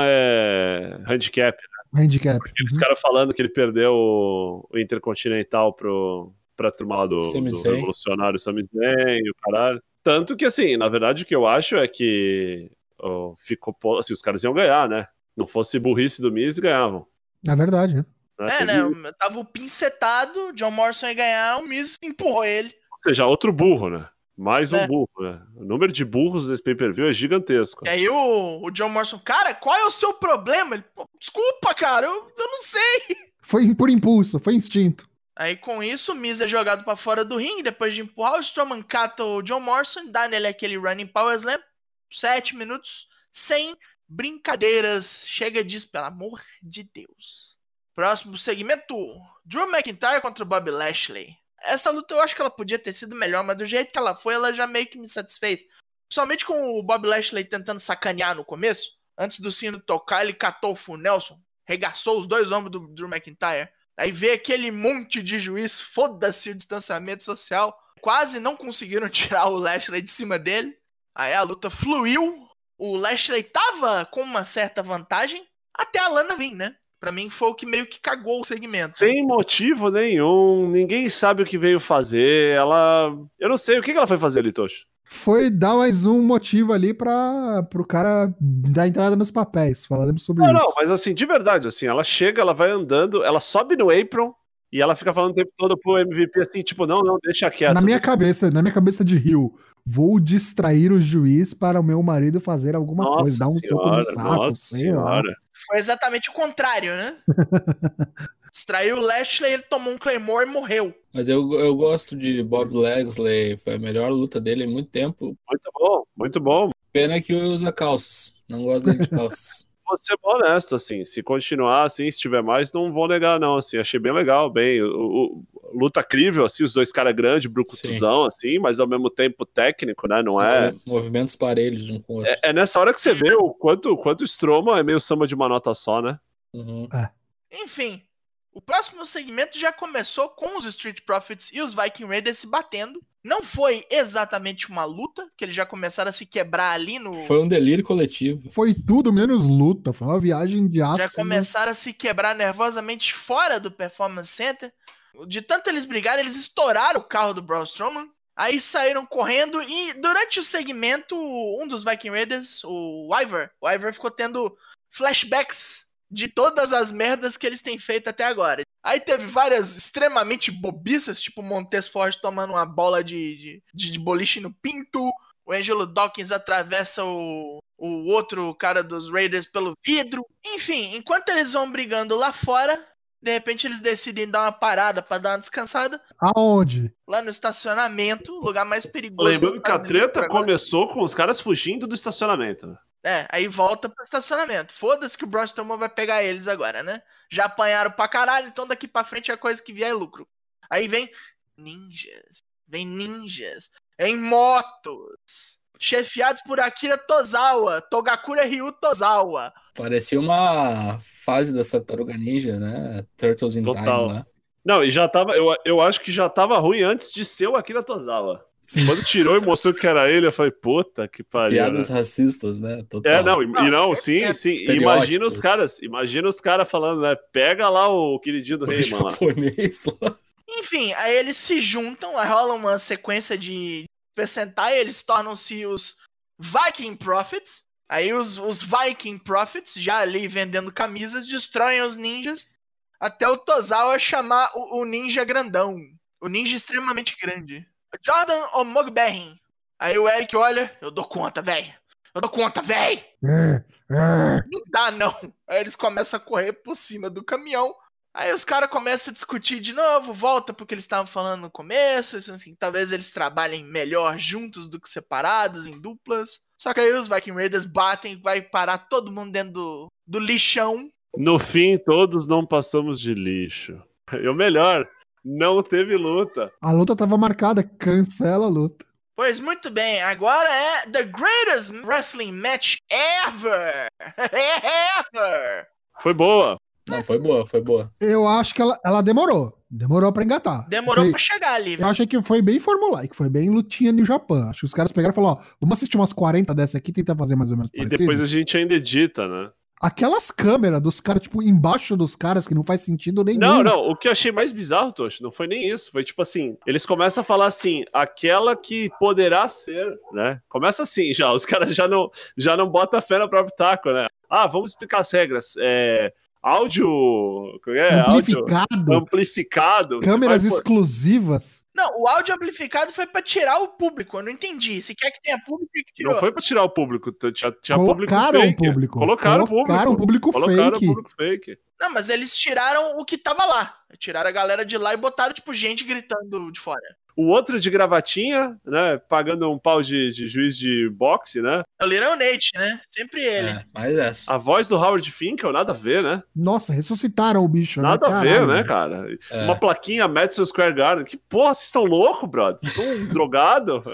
é handicap. Handicap. Aqueles Uhum. caras falando que ele perdeu o, o Intercontinental pro, pra turma lá do, Sami do Zayn. revolucionário Sami Zayn e o caralho. Tanto que, assim, na verdade, o que eu acho é que ó, ficou, po- assim, os caras iam ganhar, né? Não fosse burrice do Miz, ganhavam. É verdade, né? Né? É, Teve- né? Tava o pincetado, John Morrison ia ganhar, o Miz empurrou ele. Ou seja, outro burro, né? Mais um É. burro, né? O número de burros desse pay-per-view é gigantesco. E aí o, o John Morrison, cara, qual é o seu problema? Ele, "Pô, desculpa, cara, eu, eu não sei. Foi por impulso, foi instinto. Aí com isso, o Miz é jogado pra fora do ringue, depois de empurrar o Strowman, cata o John Morrison, dá nele aquele running power slam, sete minutos, sem brincadeiras. Chega disso, pelo amor de Deus. Próximo segmento, Drew McIntyre contra o Bobby Lashley. Essa luta eu acho que ela podia ter sido melhor, mas do jeito que ela foi, ela já meio que me satisfez. Somente com o Bobby Lashley tentando sacanear no começo, antes do sino tocar, ele catou o Full Nelson, regaçou os dois ombros do Drew McIntyre. Aí vê aquele monte de juiz, foda-se o distanciamento social. Quase não conseguiram tirar o Lashley de cima dele. Aí a luta fluiu. O Lashley tava com uma certa vantagem até a Lana vir, né? Pra mim foi o que meio que cagou o segmento. Sem motivo nenhum, ninguém sabe o que veio fazer. Ela. Eu não sei, o que que ela foi fazer ali, Tocho? Foi dar mais um motivo ali para pro cara dar entrada nos papéis. Falaremos sobre Não, isso. não, mas assim, de verdade, assim, ela chega, ela vai andando, ela sobe no apron e ela fica falando o tempo todo pro M V P assim, tipo, não, não, deixa quieto. Na minha cabeça, na minha cabeça de rio, vou distrair o juiz para o meu marido fazer alguma Nossa coisa, dar um soco no senhora, saco, nossa sei lá. senhora. Foi exatamente o contrário, né? Distraiu o Lashley, ele tomou um Claymore e morreu. Mas eu, eu gosto de Bob Lashley, foi a melhor luta dele em muito tempo. Muito bom, muito bom. Pena que usa calças. Não gosto dele de calças. Vou ser honesto, assim, se continuar assim, se tiver mais, não vou negar, não, assim, achei bem legal, bem, o, o- luta crível, assim, os dois caras grandes, brucutuzão, assim, mas ao mesmo tempo técnico, né, não é... Movimentos parelhos um com o outro. É, é nessa hora que você vê o quanto, o quanto o Strowman é meio samba de uma nota só, né? Uhum. Enfim, o próximo segmento já começou com os Street Profits e os Viking Raiders se batendo. Não foi exatamente uma luta, que eles já começaram a se quebrar ali no... Foi um delírio coletivo. Foi tudo menos luta, foi uma viagem de aço. Já começaram a se quebrar nervosamente fora do Performance Center. De tanto eles brigarem, eles estouraram o carro do Braun Strowman. Aí saíram correndo e durante o segmento, um dos Viking Raiders, o Ivar, o Ivar ficou tendo flashbacks de todas as merdas que eles têm feito até agora. Aí teve várias extremamente bobiças, tipo o Montez Ford tomando uma bola de, de, de boliche no pinto, o Angelo Dawkins atravessa o, o outro cara dos Raiders pelo vidro. Enfim, enquanto eles vão brigando lá fora, de repente eles decidem dar uma parada pra dar uma descansada Aonde? lá no estacionamento, o lugar mais perigoso. Lembrando dos que a Estados Unidos por treta agora. começou com os caras fugindo do estacionamento, né? É, aí volta pro estacionamento. Foda-se que o Braun Strowman vai pegar eles agora, né? Já apanharam pra caralho, então daqui pra frente a coisa que vier é lucro. Aí vem ninjas. Vem ninjas. Em motos. Chefiados por Akira Tozawa. Togakura Ryu Tozawa. Parecia uma fase da Tartaruga Ninja, né? Turtles in Total. Time lá. Não, e já tava, eu, eu acho que já tava ruim antes de ser o Akira Tozawa. Quando tirou e mostrou que era ele, eu falei, puta que pariu. Piadas né? racistas, né? Total. É, não, e Não, e não, isso sim, é sim. estereótipos. Imagina os caras, imagina os caras falando, né? Pega lá o queridinho do O Rayman lá. japonês lá. Enfim, aí eles se juntam, aí rola uma sequência de Sentai, eles tornam-se os Viking Prophets. Aí os, os Viking Prophets, já ali vendendo camisas, destroem os ninjas, até o Tozawa chamar o, o ninja grandão. O ninja extremamente grande. Jordan Omogberin. Aí o Eric olha, eu dou conta, velho. Eu dou conta, velho. É, é. Não dá, não. Aí eles começam a correr por cima do caminhão. Aí os caras começam a discutir de novo, volta porque eles estavam falando no começo, assim, talvez eles trabalhem melhor juntos do que separados, em duplas. Só que aí os Viking Raiders batem, vai parar todo mundo dentro do, do lixão. No fim, todos não passamos de lixo. E o melhor, não teve luta. A luta tava marcada, cancela a luta. Pois muito bem, agora é The Greatest Wrestling Match Ever! Ever! Foi boa. Não, foi boa, foi boa. Eu acho que ela, ela demorou. Demorou pra engatar. Demorou Foi- pra chegar ali, Eu velho. achei que foi bem formulaico, foi bem lutinha no Japão. Acho que os caras pegaram e falaram, ó, vamos assistir umas quarenta dessa aqui e tentar fazer mais ou menos E parecido. depois a gente ainda edita, né? Aquelas câmeras dos caras, tipo, embaixo dos caras, que não faz sentido nenhum. Não, não, o que eu achei mais bizarro, Tocho, não foi nem isso. Foi tipo assim, eles começam a falar assim, aquela que poderá ser, né? Começa assim já, os caras já não, já não botam fé no próprio taco, né? Ah, vamos explicar as regras. É, áudio... como é? Áudio Amplificado, amplificado. Você câmeras vai pôr- exclusivas. Não, o áudio amplificado foi pra tirar o público, eu não entendi. Se quer que tenha público, que tirou. Não foi pra tirar o público, tinha, tinha público Colocaram fake. público. Colocaram, Colocaram público. público Colocaram fake. público fake. Não, mas eles tiraram o que tava lá. Tiraram a galera de lá e botaram, tipo, gente gritando de fora. O outro de gravatinha, né? Pagando um pau de, de juiz de boxe, né? É o Little Nate, né? Sempre ele. É, mas essa. A voz do Howard Finkel, nada a ver, né? Nossa, ressuscitaram o bicho, Nada né? a ver, Caralho. né, cara? É. Uma plaquinha Madison Square Garden. Que porra, vocês estão loucos, brother? Vocês estão drogados?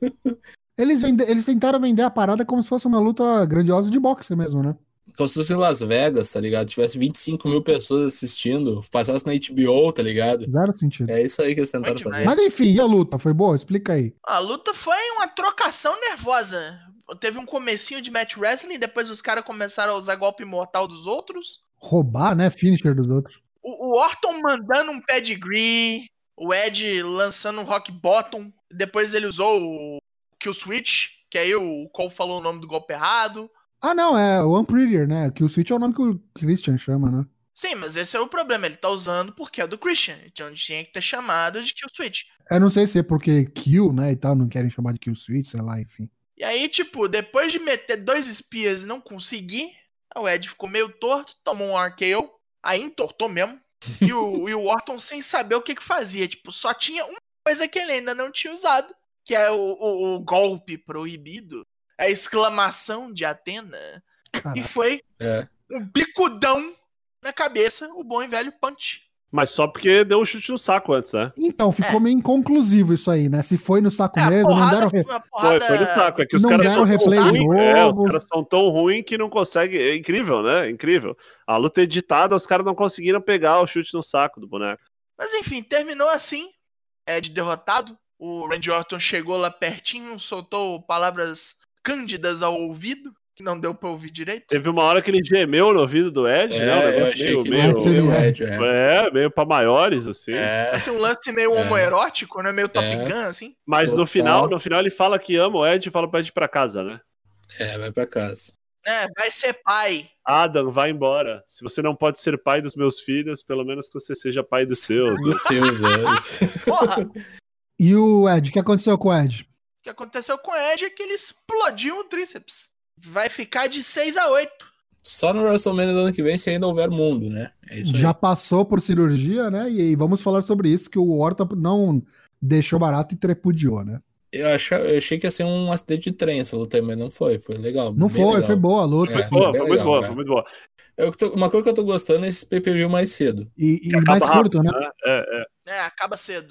Eles, vende... Eles tentaram vender a parada como se fosse uma luta grandiosa de boxe mesmo, né? Como se fosse em Las Vegas, tá ligado? Tivesse vinte e cinco mil pessoas assistindo, passasse na H B O, tá ligado? Zero sentido. É isso aí que eles tentaram Foi fazer. demais. Mas enfim, e a luta? Foi boa? Explica aí. A luta foi uma trocação nervosa. Teve um comecinho de match wrestling, depois os caras começaram a usar golpe mortal dos outros. Roubar, né? Finisher dos outros. O, o Orton mandando um pedigree, o Ed lançando um rock bottom, depois ele usou o kill switch, que aí o Cole falou o nome do golpe errado. Ah, não, é o Unprettier, né? Que o Switch é o nome que o Christian chama, né? Sim, mas esse é o problema, ele tá usando porque é do Christian, então tinha que ter chamado de kill switch. Eu não sei se é porque kill, né, e tal, não querem chamar de kill switch, sei lá, enfim. E aí, tipo, depois de meter dois espias e não conseguir, o Ed ficou meio torto, tomou um R K O, aí entortou mesmo. E o, e o Orton sem saber o que que fazia. Tipo, só tinha uma coisa que ele ainda não tinha usado, que é o, o, o golpe proibido, a exclamação de Atena. E Caralho. foi É. um bicudão na cabeça, o bom e velho punch. Mas só porque deu um chute no saco antes, né? Então, ficou meio inconclusivo isso aí, né? Se foi no saco É, a mesmo, não porrada, deram... re- uma Foi, porrada... foi no saco. É que os Não caras deram são tão replay de ruins. É, os novo. caras são tão ruins que não conseguem. É incrível, né? Incrível. A luta editada, os caras não conseguiram pegar o chute no saco do boneco. Mas enfim, terminou assim. Ed derrotado. O Randy Orton chegou lá pertinho, soltou palavras cândidas ao ouvido, que não deu pra ouvir direito. Teve uma hora que ele gemeu no ouvido do Ed, né? Um É, eu negócio achei meio, que meio, Pode ser meio mesmo. Ed, é. é, meio pra maiores, assim. É, Assim, um lance meio É. homoerótico, né? Meio Top É. Gun, assim. Mas no Total. final, no final ele fala que ama o Ed e fala pra Ed ir pra casa, né? é, vai pra casa. É, vai ser pai. Adam, vai embora. Se você não pode ser pai dos meus filhos, pelo menos que você seja pai dos seus. Dos seus, é. Porra! O E o Ed, o que aconteceu com o Ed? que aconteceu com o Ed é que ele explodiu o tríceps. Vai ficar de seis a oito. Só no WrestleMania do ano que vem, se ainda houver mundo, né? É isso aí. Já passou por cirurgia, né? E aí vamos falar sobre isso, que o Orton não deixou barato e trepudiou, né? Eu, achei, eu achei que ia ser um acidente de trem essa luta aí, mas não foi. Foi legal. Não bem foi, legal. foi boa a luta. É. assim. Boa, bem foi muito legal, boa, né? foi muito boa. Eu tô- uma coisa que eu tô gostando é esse pay-per-view mais cedo. E, e Acaba mais rápido, curto, né? É, é. É, acaba cedo.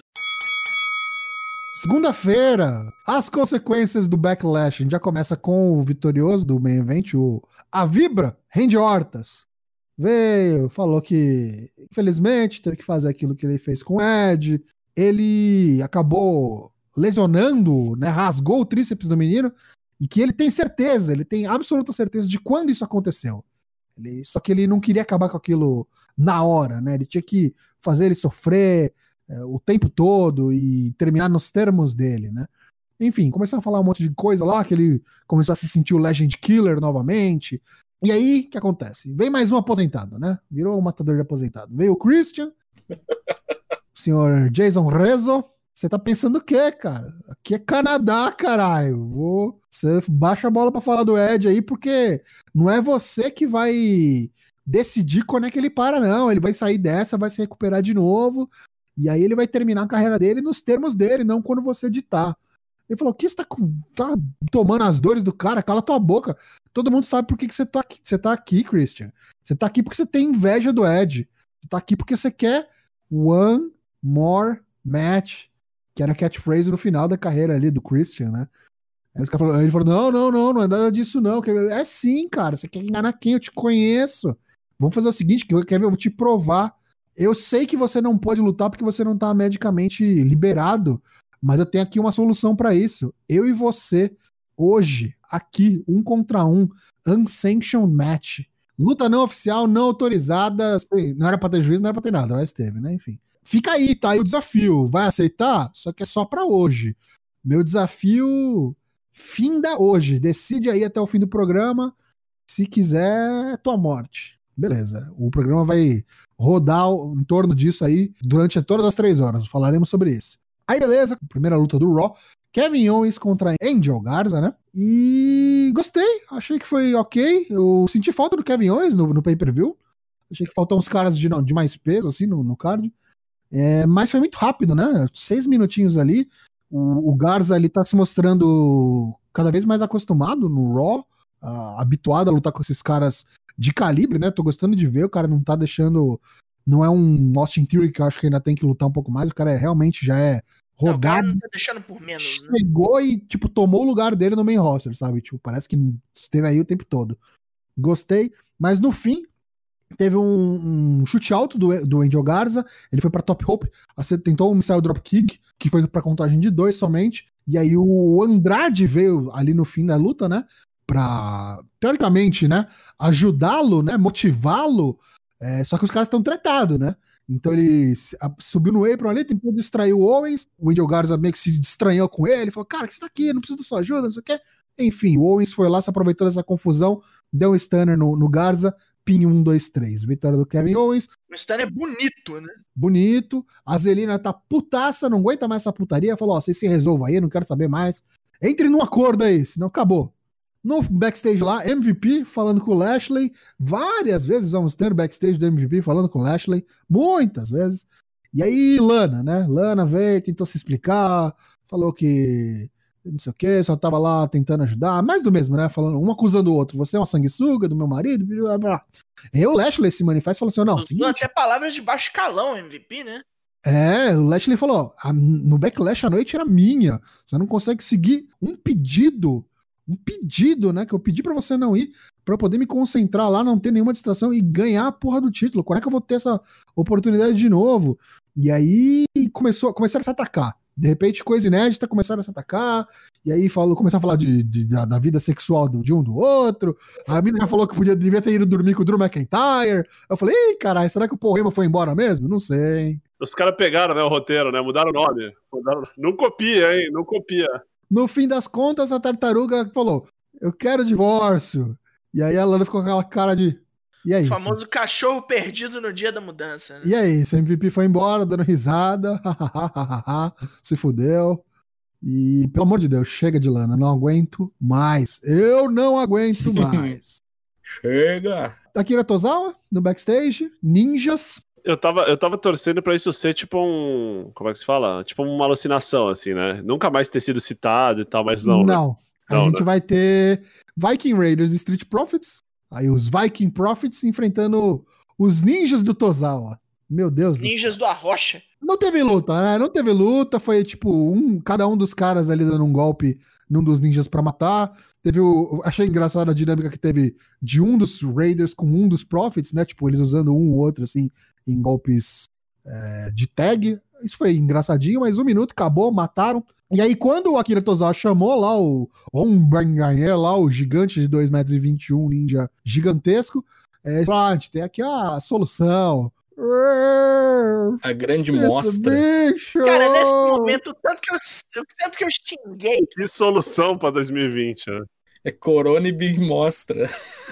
Segunda-feira, as consequências do Backlash. A gente já começa com o vitorioso do main event, o A Vibra, Randy Ortas. Veio, falou que, infelizmente, teve que fazer aquilo que ele fez com o Ed. Ele acabou lesionando, né, rasgou o tríceps do menino, e que ele tem certeza, ele tem absoluta certeza de quando isso aconteceu. Ele, só que ele não queria acabar com aquilo na hora, né? Ele tinha que fazer ele sofrer é, o tempo todo e terminar nos termos dele, né? Enfim, começou a falar um monte de coisa lá, que ele começou a se sentir o Legend Killer novamente. E aí, o que acontece? Vem mais um aposentado, né? Virou um matador de aposentado. Veio o Christian, o senhor Jason Rizzo. Você tá pensando o quê, cara? Aqui é Canadá, caralho. Vou... Você baixa a bola pra falar do Ed aí, porque não é você que vai decidir quando é que ele para, não. Ele vai sair dessa, vai se recuperar de novo, e aí ele vai terminar a carreira dele nos termos dele, não quando você ditar. Ele falou, o que você tá, com... tá tomando as dores do cara? Cala tua boca. Todo mundo sabe por que, que você, tá aqui. Você tá aqui, Christian. Você tá aqui porque você tem inveja do Ed. Você tá aqui porque você quer one more match, que era a catchphrase no final da carreira ali do Christian, né? Aí os caras falaram, ele falou, não, não, não, não é nada disso não. É sim, cara, você quer enganar quem? Eu te conheço. Vamos fazer o seguinte, que eu quero, eu vou te provar. Eu sei que você não pode lutar porque você não tá medicamente liberado, mas eu tenho aqui uma solução pra isso. Eu e você, hoje, aqui, um contra um, unsanctioned match. Luta não oficial, não autorizada, não era pra ter juízo, não era pra ter nada, mas teve, né? Enfim. Fica aí, tá aí o desafio. Vai aceitar? Só que é só pra hoje. Meu desafio finda hoje. Decide aí até o fim do programa. Se quiser, é tua morte. Beleza. O programa vai rodar em torno disso aí durante todas as três horas. Falaremos sobre isso. Aí, beleza. Primeira luta do Raw. Kevin Owens contra Angel Garza, né? E gostei. Achei que foi ok. Eu senti falta do Kevin Owens no, no pay-per-view. Achei que faltam uns caras de, não, de mais peso, assim, no, no card. É, mas foi muito rápido, né? Seis minutinhos ali. O, o Garza ali tá se mostrando cada vez mais acostumado no Raw, uh, habituado a lutar com esses caras de calibre, né? Tô gostando de ver, o cara não tá deixando. Não é um Austin Theory que eu acho que ainda tem que lutar um pouco mais, o cara é, realmente já é rodado. Não, o cara não tá deixando por menos, né? Chegou e, tipo, tomou o lugar dele no main roster, sabe? Tipo, parece que esteve aí o tempo todo. Gostei, mas no fim. Teve um, um chute alto do, do Angel Garza, ele foi pra top rope, tentou um missile drop kick, que foi pra contagem de dois somente, e aí o Andrade veio ali no fim da luta, né, pra, teoricamente, né, ajudá-lo, né, motivá-lo, é, só que os caras estão tretados, né, então ele subiu no apron ali, tentou distrair o Owens, o Angel Garza meio que se estranhou com ele, falou, cara, que você tá aqui, não preciso da sua ajuda, não sei o que, enfim, o Owens foi lá, se aproveitou dessa confusão, deu um stunner no, no Garza, pin um, dois, três. Vitória do Kevin Owens. O stunner é bonito, né? Bonito. A Zelina tá putaça, não aguenta mais essa putaria. Falou, ó, vocês se resolvam aí, não quero saber mais. Entre num acordo aí, senão acabou. No backstage lá, M V P falando com o Lashley. Várias vezes vamos ter backstage do M V P falando com o Lashley. Muitas vezes. E aí, Lana, né? Lana veio, tentou se explicar. Falou que não sei o que, só tava lá tentando ajudar, mais do mesmo, né, falando, um acusando o outro, você é uma sanguessuga do meu marido, blá, blá. E o Lashley se manifesta e falou assim, não, Usou seguinte, até palavras de baixo calão, M V P, né? É, o Lashley falou, ó, no Backlash a noite era minha, você não consegue seguir um pedido, um pedido, né, que eu pedi pra você não ir, pra eu poder me concentrar lá, não ter nenhuma distração e ganhar a porra do título, quando é que eu vou ter essa oportunidade de novo? E aí começou, começaram a se atacar. De repente, coisa inédita, começaram a se atacar, e aí falou, começaram a falar de, de, da, da vida sexual do, de um do outro. A mina já falou que podia, devia ter ido dormir com o Drew McIntyre. Eu falei, ei, caralho, será que o Paul Heyman foi embora mesmo? Não sei. Os caras pegaram, né, o roteiro, né? Mudaram o nome. Mudaram... Não copia, hein? Não copia. No fim das contas, a tartaruga falou, eu quero divórcio. E aí a Lana ficou com aquela cara de... E é o isso. famoso cachorro perdido no dia da mudança. Né? E é isso, o M V P foi embora, dando risada, se fudeu. E, pelo amor de Deus, chega de Lana, não aguento mais. Eu não aguento mais. Chega! Akira Tozawa, no backstage, ninjas. Eu tava, eu tava torcendo pra isso ser tipo um... Como é que se fala? Tipo uma alucinação, assim, né? Nunca mais ter sido citado e tal, mas não. Não. Né? A não, gente né? vai ter Viking Raiders e Street Profits. Aí os Viking Profits enfrentando os ninjas do Tozawa. Meu Deus do céu. Ninjas do Arrocha. Não teve luta, né? Não teve luta. Foi tipo um, cada um dos caras ali dando um golpe num dos ninjas pra matar. Teve o. Achei engraçada a dinâmica que teve de um dos Raiders com um dos Profits, né? Tipo, eles usando um ou outro assim em golpes é, de tag. Isso foi engraçadinho, mas um minuto acabou, mataram. E aí, quando o Akira Tozawa chamou lá o Onbangaye, lá o gigante de dois metros e vinte e um, ninja gigantesco, é, ele falou, ah, a gente tem aqui a solução. A grande Esse mostra. bicho! Cara, nesse momento, tanto que eu, tanto que eu xinguei. Que solução pra dois mil e vinte, né? É Corona e Big Mostra.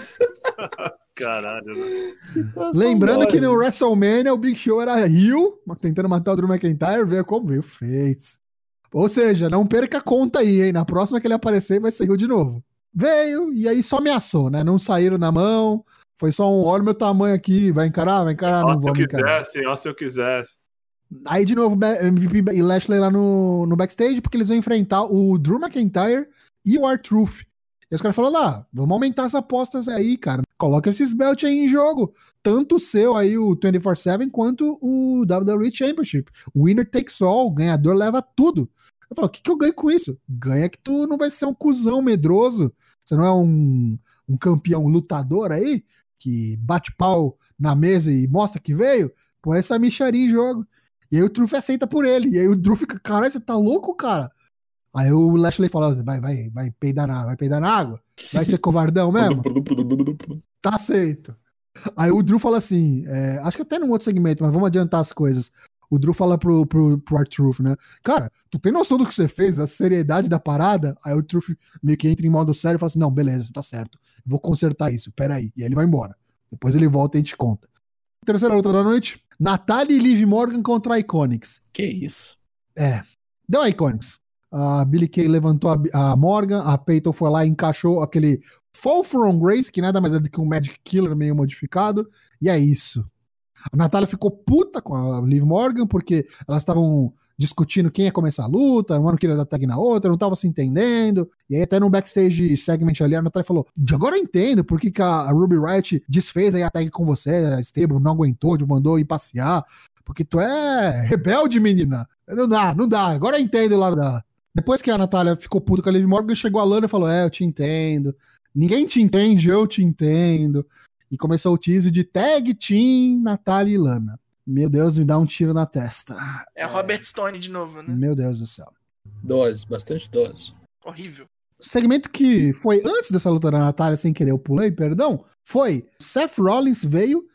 Caralho, né? Lembrando que no Nossa. WrestleMania o Big Show era heel, tentando matar o Drew McIntyre, veio como veio, fez. Ou seja, não perca a conta aí, hein? Na próxima que ele aparecer, vai ser heel de novo. Veio, e aí só ameaçou, né? Não saíram na mão, foi só um, olha o meu tamanho aqui, vai encarar, vai encarar, Ó, não se eu vamos encarar. quisesse, ó, se eu quisesse. Aí de novo, M V P e Lashley lá no, no backstage, porque eles vão enfrentar o Drew McIntyre e o R-Truth. E os caras falaram, lá, vamos aumentar as apostas aí, cara. Coloca esses belts aí em jogo. Tanto o seu aí, o vinte e quatro sete, quanto o W W E Championship. Winner takes all, o ganhador leva tudo. Eu falo, o que, que eu ganho com isso? Ganha que tu não vai ser um cuzão medroso. Você não é um, um campeão lutador aí, que bate pau na mesa e mostra que veio. Põe essa micharia em jogo. E aí o Truth aceita por ele. E aí o Drew fica, caralho, você tá louco, cara? Aí o Lashley fala, vai, vai, vai peidar na, vai peidar na água? Vai ser covardão mesmo? Tá aceito. Aí o Drew fala assim, é, acho que até num outro segmento, mas vamos adiantar as coisas. O Drew fala pro, pro, pro R-Truth, né? Cara, tu tem noção do que você fez? A seriedade da parada? Aí o Truth meio que entra em modo sério e fala assim, não, beleza, tá certo. Vou consertar isso, peraí. E aí ele vai embora. Depois ele volta e a gente conta. Terceira luta da noite, Natália e Liv Morgan contra a Iconics. Que isso? É, deu a Iconics. A Billie Kay levantou a, a Morgan, a Peyton foi lá e encaixou aquele Fall from Grace, que nada mais é do que um Magic Killer meio modificado, e é isso. A Natália ficou puta com a Liv Morgan, porque elas estavam discutindo quem ia começar a luta, uma não queria dar tag na outra, não tava se entendendo, e aí até no backstage segment ali, a Natália falou, de agora eu entendo por que, que a Ruby Riott desfez aí a tag com você, a Stable não aguentou, te mandou ir passear, porque tu é rebelde, menina. Não dá, não dá, agora eu entendo lá da... Depois que a Natália ficou puta com a Liv Morgan, chegou a Lana e falou, é, eu te entendo. Ninguém te entende, eu te entendo. E começou o tease de Tag Team, Natália e Lana. Meu Deus, me dá um tiro na testa. É Robert Stone de novo, né? Meu Deus do céu. Dose, bastante dose. Horrível. O segmento que foi antes dessa luta da Natália, sem querer eu pulei, perdão, foi Seth Rollins veio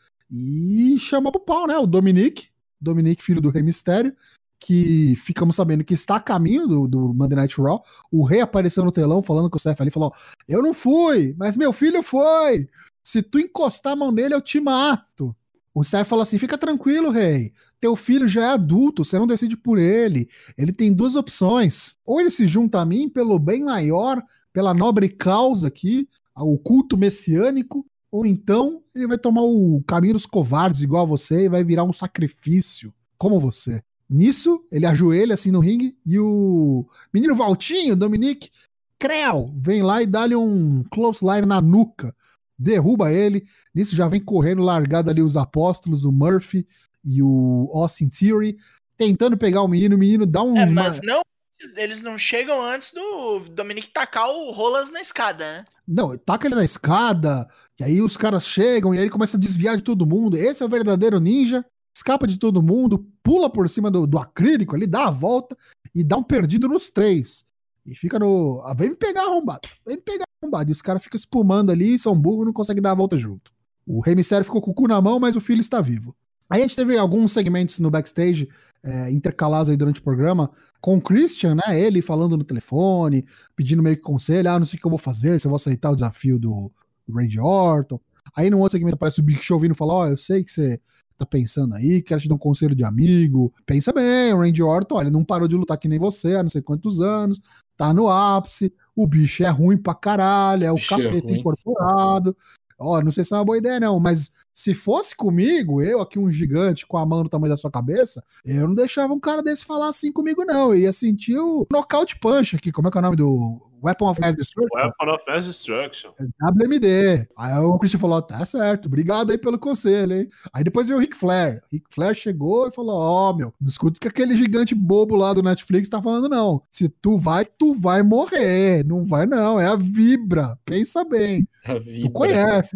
e chamou pro pau, né? O Dominic, Dominic, filho do Rei Mistério, que ficamos sabendo que está a caminho do, do Monday Night Raw. O Rei apareceu no telão falando com o Seth ali, falou, eu não fui, mas meu filho foi. Se tu encostar a mão nele, eu te mato. O Seth fala assim, fica tranquilo, Rei. Teu filho já é adulto, você não decide por ele. Ele tem duas opções. Ou ele se junta a mim pelo bem maior, pela nobre causa aqui, o culto messiânico, ou então ele vai tomar o caminho dos covardes igual a você e vai virar um sacrifício, como você. Nisso, ele ajoelha assim no ringue e o menino Valtinho, Dominic Creu, vem lá e dá-lhe um clothesline na nuca. Derruba ele. Nisso já vem correndo, largado ali os apóstolos, o Murphy e o Austin Theory, tentando pegar o menino. O menino dá um... É, mas não, eles não chegam antes do Dominic tacar o Rolas na escada, né? Não, taca ele na escada, e aí os caras chegam, e aí ele começa a desviar de todo mundo. Esse é o verdadeiro ninja. Escapa de todo mundo, pula por cima do, do acrílico ali, dá a volta e dá um perdido nos três. E fica no... Ah, vem me pegar arrombado, vem me pegar arrombado. E os caras ficam espumando ali, são burros, não conseguem dar a volta junto. O Rei Mistério ficou com o cu na mão, mas o filho está vivo. Aí a gente teve alguns segmentos no backstage, é, intercalados aí durante o programa, com o Christian, né, ele falando no telefone, pedindo meio que conselho, ah, não sei o que eu vou fazer, se eu vou aceitar o desafio do, do Randy Orton. Aí no outro segmento aparece o Big Show vindo e fala, ó, oh, eu sei que você tá pensando aí, quero te dar um conselho de amigo. Pensa bem, o Randy Orton, olha, não parou de lutar que nem você há não sei quantos anos, tá no ápice, o bicho é ruim pra caralho, é o Bicho é capeta ruim. incorporado. Ó, não sei se é uma boa ideia não, mas se fosse comigo, eu aqui um gigante com a mão do tamanho da sua cabeça, eu não deixava um cara desse falar assim comigo não, eu ia sentir o knockout punch aqui, como é que é o nome do... Weapon of Mass Destruction? Weapon of Mass Destruction. W M D. Aí o Christian falou, tá certo, obrigado aí pelo conselho, hein? Aí depois veio o Ric Flair. Ric Flair chegou e falou, ó, oh, meu, não escuta o que aquele gigante bobo lá do Netflix tá falando, não. Se tu vai, tu vai morrer. Não vai não, é a Vibra. Pensa bem. A Tu vida. conhece, você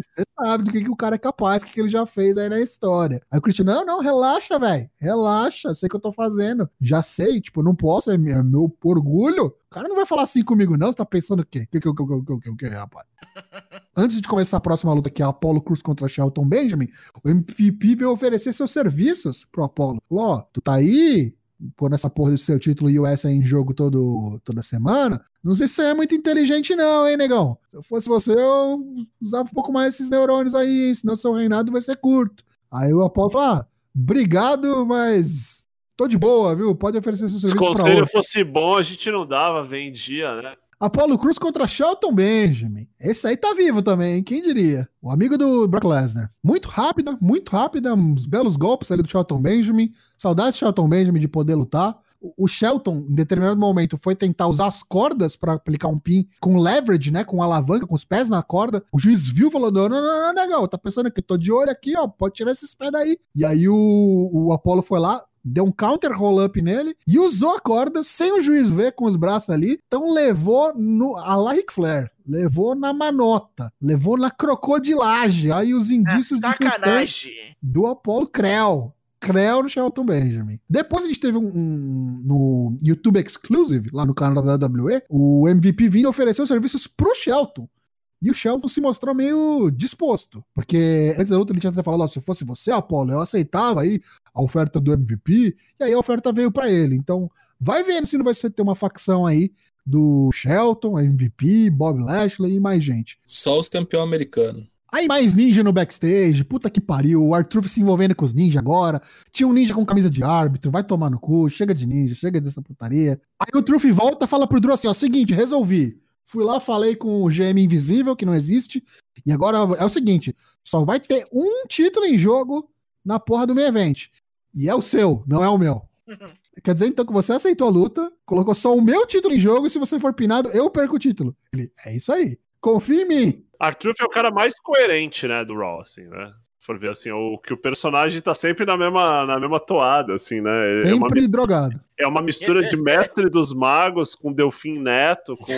sabe do que, que o cara é capaz, o que, que ele já fez aí na história. Aí o Christian, não, não, relaxa, velho. Relaxa, sei o que eu tô fazendo. Já sei, tipo, não posso, é meu, é meu orgulho. O cara não vai falar assim comigo, não. Tá pensando o quê? O que, que, que, que, que, que, que, rapaz? Antes de começar a próxima luta, que é a Apollo Crews contra Shelton Benjamin, o M V P veio oferecer seus serviços pro Apollo. Falou, ó, tu tá aí, pôr nessa porra do seu título U S aí em jogo todo, toda semana, não sei se você é muito inteligente não, hein, negão? Se eu fosse você, eu usava um pouco mais esses neurônios aí, senão seu reinado vai ser curto. Aí o Apollo falou, ah, obrigado, mas tô de boa, viu? Pode oferecer seus serviços pra outro. Se o conselho fosse bom, a gente não dava, vendia, né? Apollo Crews contra Shelton Benjamin. Esse aí tá vivo também, hein? Quem diria? O amigo do Brock Lesnar. Muito rápida, muito rápida. Uns belos golpes ali do Shelton Benjamin. Saudades do Shelton Benjamin de poder lutar. O Shelton, em determinado momento, foi tentar usar as cordas pra aplicar um pin com leverage, né? Com alavanca, com os pés na corda. O juiz viu e falou: não, não, não, não, legal. Tá pensando que tô de olho aqui, ó. Pode tirar esses pés daí. E aí o, o Apollo foi lá, deu um counter roll-up nele e usou a corda sem o juiz ver com os braços ali. Então levou no, a la Ric Flair. Levou na manota. Levou na crocodilagem. Aí os indícios é, sacanagem. de do Apollo Creu. Creu no Shelton Benjamin. Depois a gente teve um, um no YouTube Exclusive, lá no canal da W W E, o M V P vindo oferecer serviços pro Shelton. E o Shelton se mostrou meio disposto. Porque antes da luta ele tinha até falado, oh, se fosse você, Apollo, eu aceitava aí a oferta do M V P. E aí a oferta veio pra ele. Então, vai vendo se não vai ter uma facção aí do Shelton, M V P, Bob Lashley e mais gente. Só os campeões americanos. Aí mais ninja no backstage, puta que pariu, o R-Truth se envolvendo com os ninjas agora, tinha um ninja com camisa de árbitro, vai tomar no cu, chega de ninja, chega dessa putaria. Aí o Truth volta e fala pro Drew assim, ó, seguinte, resolvi, fui lá, falei com o G M Invisível, que não existe, e agora é o seguinte, só vai ter um título em jogo na porra do main event, e é o seu, não é o meu. Quer dizer, então, que você aceitou a luta, colocou só o meu título em jogo, e se você for pinado, eu perco o título. Ele, é isso aí, confia em mim. R-Truth é o cara mais coerente, né, do Raw, assim, né? Se for ver, assim, o que o personagem tá sempre na mesma, na mesma toada, assim, né? Sempre é uma mistura, drogado. É uma mistura de Mestre dos Magos com Delfim Neto, com,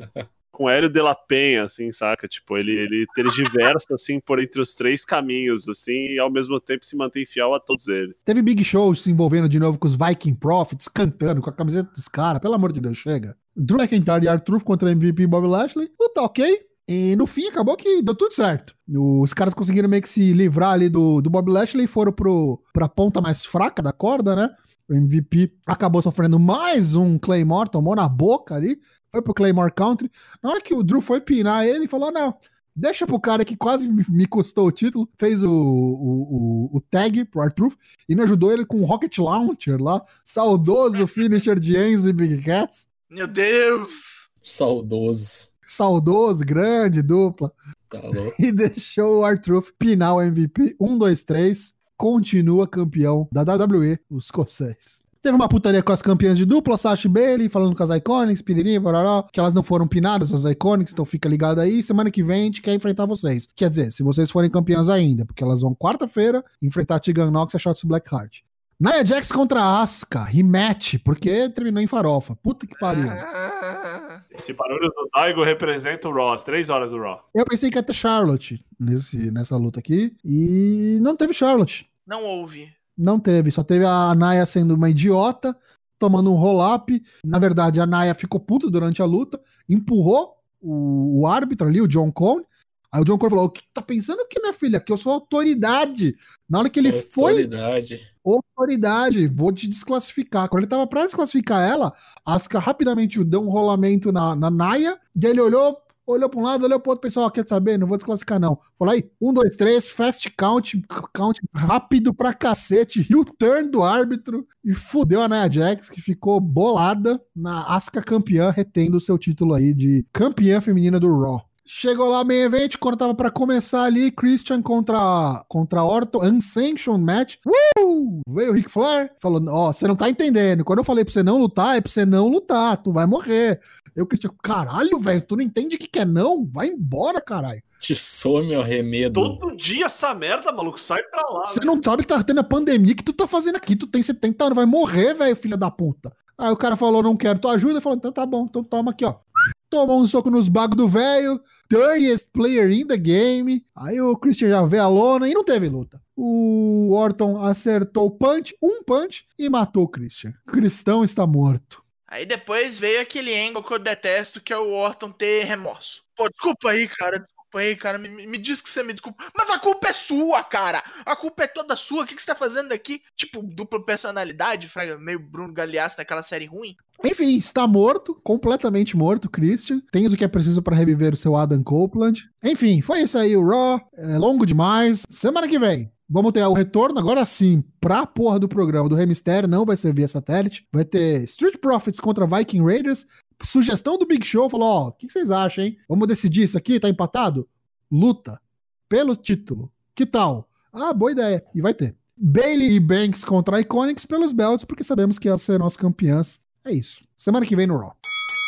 com Hélio de la Penha, assim, saca? Tipo, ele, ele tergiversa, assim, por entre os três caminhos, assim, e ao mesmo tempo se mantém fiel a todos eles. Teve Big Show se envolvendo de novo com os Viking Profits, cantando com a camiseta dos caras, pelo amor de Deus, chega. Drew McIntyre e R-Truth contra M V P e Bob Lashley, luta ok. E no fim acabou que deu tudo certo. Os caras conseguiram meio que se livrar ali do, do Bob Lashley e foram pro, pra ponta mais fraca da corda, né? O M V P acabou sofrendo mais um Claymore, tomou na boca ali, foi pro Claymore Country. Na hora que o Drew foi pinar ele, falou, não, deixa pro cara que quase me custou o título, fez o, o, o, o tag pro R-Truth e não ajudou ele com o Rocket Launcher lá, saudoso finisher de Enzo e Big Cass. Meu Deus! Saudoso. Saudoso, grande, dupla. Tá louco. E deixou o R-Truth pinar o M V P. um, dois, três. Continua campeão da W W E, os escocês. Teve uma putaria com as campeãs de dupla, Sasha e Bayley, falando com as Iconics, piririm, parará, que elas não foram pinadas, as Iconics, então fica ligado aí. Semana que vem a gente quer enfrentar vocês. Quer dizer, se vocês forem campeãs ainda, porque elas vão quarta-feira enfrentar a Tegan Nox e a Shotzi Blackheart. Nia Jax contra a Asuka, rematch, porque terminou em farofa. Puta que pariu. Esse barulho do Daigo representa o Raw, as três horas do Raw. Eu pensei que ia ter Charlotte nesse, nessa luta aqui, e não teve Charlotte. Não houve. Não teve, só teve a Nia sendo uma idiota, tomando um roll-up. Na verdade, a Nia ficou puta durante a luta, empurrou o, o árbitro ali, o John Cone. Aí o John Cone falou, o que tá pensando que, minha filha? Que eu sou autoridade. Na hora que ele autoridade. foi... Autoridade. Autoridade, vou te desclassificar. Quando ele tava pra desclassificar ela, a Asuka rapidamente deu um rolamento na, na Nia, e ele olhou, olhou pra um lado, olhou pro outro, pessoal, quer saber? Não vou desclassificar não. Falou aí, um, dois, três, fast count, count rápido pra cacete, e o turn do árbitro, e fudeu a Nia Jax, que ficou bolada na Asuka campeã, retendo o seu título aí de campeã feminina do Raw. Chegou lá main event, quando tava pra começar ali, Christian contra, contra Orton, unsanctioned match. Uh! Veio o Ric Flair, falou, ó, oh, você não tá entendendo, quando eu falei pra você não lutar, é pra você não lutar, tu vai morrer. Eu, Christian, caralho, velho, tu não entende o que que é não? Vai embora, caralho. Te some o arremedo. Todo dia essa merda, maluco, sai pra lá. Você não sabe que tá tendo a pandemia que tu tá fazendo aqui, tu tem setenta anos, vai morrer, velho, filha da puta. Aí o cara falou, não quero tua ajuda, falou, então tá bom, então toma aqui, ó. tomou um soco nos bagos do velho, dirtiest player in the game. Aí o Christian já vê a lona e não teve luta. O Orton acertou o punch, um punch, e matou o Christian. O Cristão está morto. Aí depois veio aquele angle que eu detesto, que é o Orton ter remorso. Pô, desculpa aí, cara. Desculpa aí, cara. Me, me diz que você me desculpa. Mas a culpa é sua, cara. A culpa é toda sua. O que, que você tá fazendo aqui? Tipo, dupla personalidade, fraga, meio Bruno Galeasso naquela série ruim. Enfim, está morto, completamente morto, Christian. Tens o que é preciso para reviver o seu Adam Copeland. Enfim, foi isso aí o Raw. É longo demais. Semana que vem vamos ter o retorno, agora sim, pra porra do programa do Rey Mysterio, não vai ser via satélite. Vai ter Street Profits contra Viking Raiders. Sugestão do Big Show, falou, ó, o que vocês acham, hein? Vamos decidir isso aqui, tá empatado? Luta pelo título. Que tal? Ah, boa ideia. E vai ter. Bayley e Banks contra Iconics pelos belts, porque sabemos que elas serão as campeãs. É isso. Semana que vem no Raw.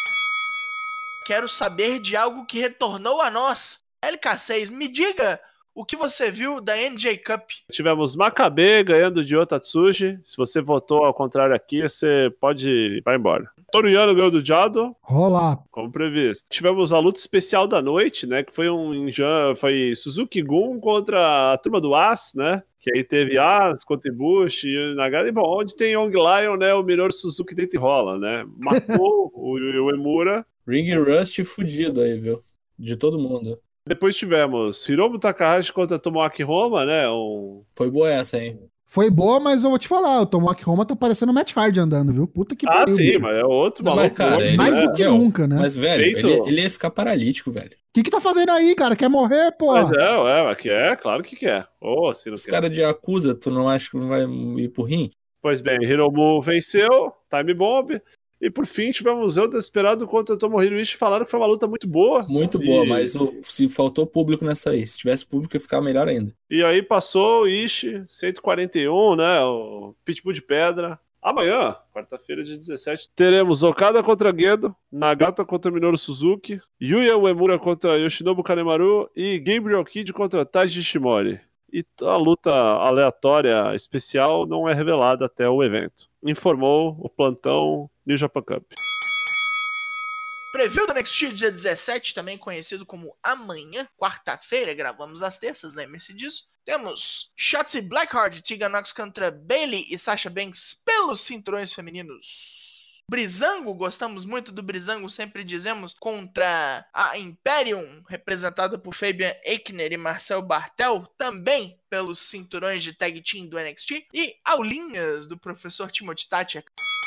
Quero saber de algo que retornou a nós. L K seis, me diga o que você viu da N J Cup. Tivemos Makabe ganhando de Otatsuji. Se você votou ao contrário aqui, você pode ir vai embora. Toru Yano ganhou do Jado. Rola. Como previsto. Tivemos a luta especial da noite, né? Que foi um foi Suzuki Gun contra a turma do As, né? Que aí teve As, Kotebushi e Nagata. E bom, onde tem Young Lion, né? O Minoru Suzuki deita e rola, né? Matou o, o Emura. Ring Rust fudido aí, viu? De todo mundo. Depois tivemos Hiromu Takahashi contra Tomoaki Honma, né? Um... Foi boa essa, hein? Foi boa, mas eu vou te falar, o Tomoaki Honma tá parecendo o Matt Hardy andando, viu? Puta que pariu. Ah, sim, bicho. mas é outro não, maluco. Mas, cara, ele, mais é, do que meu, nunca, né? Mas, velho, Feito... ele, ele ia ficar paralítico, velho. O que que tá fazendo aí, cara? Quer morrer, pô? Mas é, é, que é, claro que quer. Oh, se não Os quer. caras de Yakuza, tu não acha que não vai ir pro rim? Pois bem, Hiromu venceu, Time Bomb. E por fim tivemos eu desesperado contra Tomohiro Ishii. Falaram que foi uma luta muito boa. Muito e... boa, mas o, se faltou público nessa aí. Se tivesse público ia ficar melhor ainda. E aí passou o Ishii, cento e quarenta e um, né? O Pitbull de Pedra. Amanhã, quarta-feira, dia dezessete, teremos Okada contra Gedo, Nagata contra Minoru Suzuki, Yuya Uemura contra Yoshinobu Kanemaru e Gabriel Kidd contra Taiji Ishimori. E a luta aleatória especial não é revelada até o evento. Informou o plantão New Japan Cup. Preview do N X T dia dezessete, também conhecido como amanhã, quarta-feira, gravamos às terças, lembre-se disso. Temos Shotzi Blackheart e Tegan Nox contra Bayley e Sasha Banks pelos cinturões femininos. Brizango, gostamos muito do Brizango, sempre dizemos, contra a Imperium, representada por Fabian Aichner e Marcel Bartel, também pelos cinturões de tag team do N X T, e aulinhas do professor Timothy Thatcher.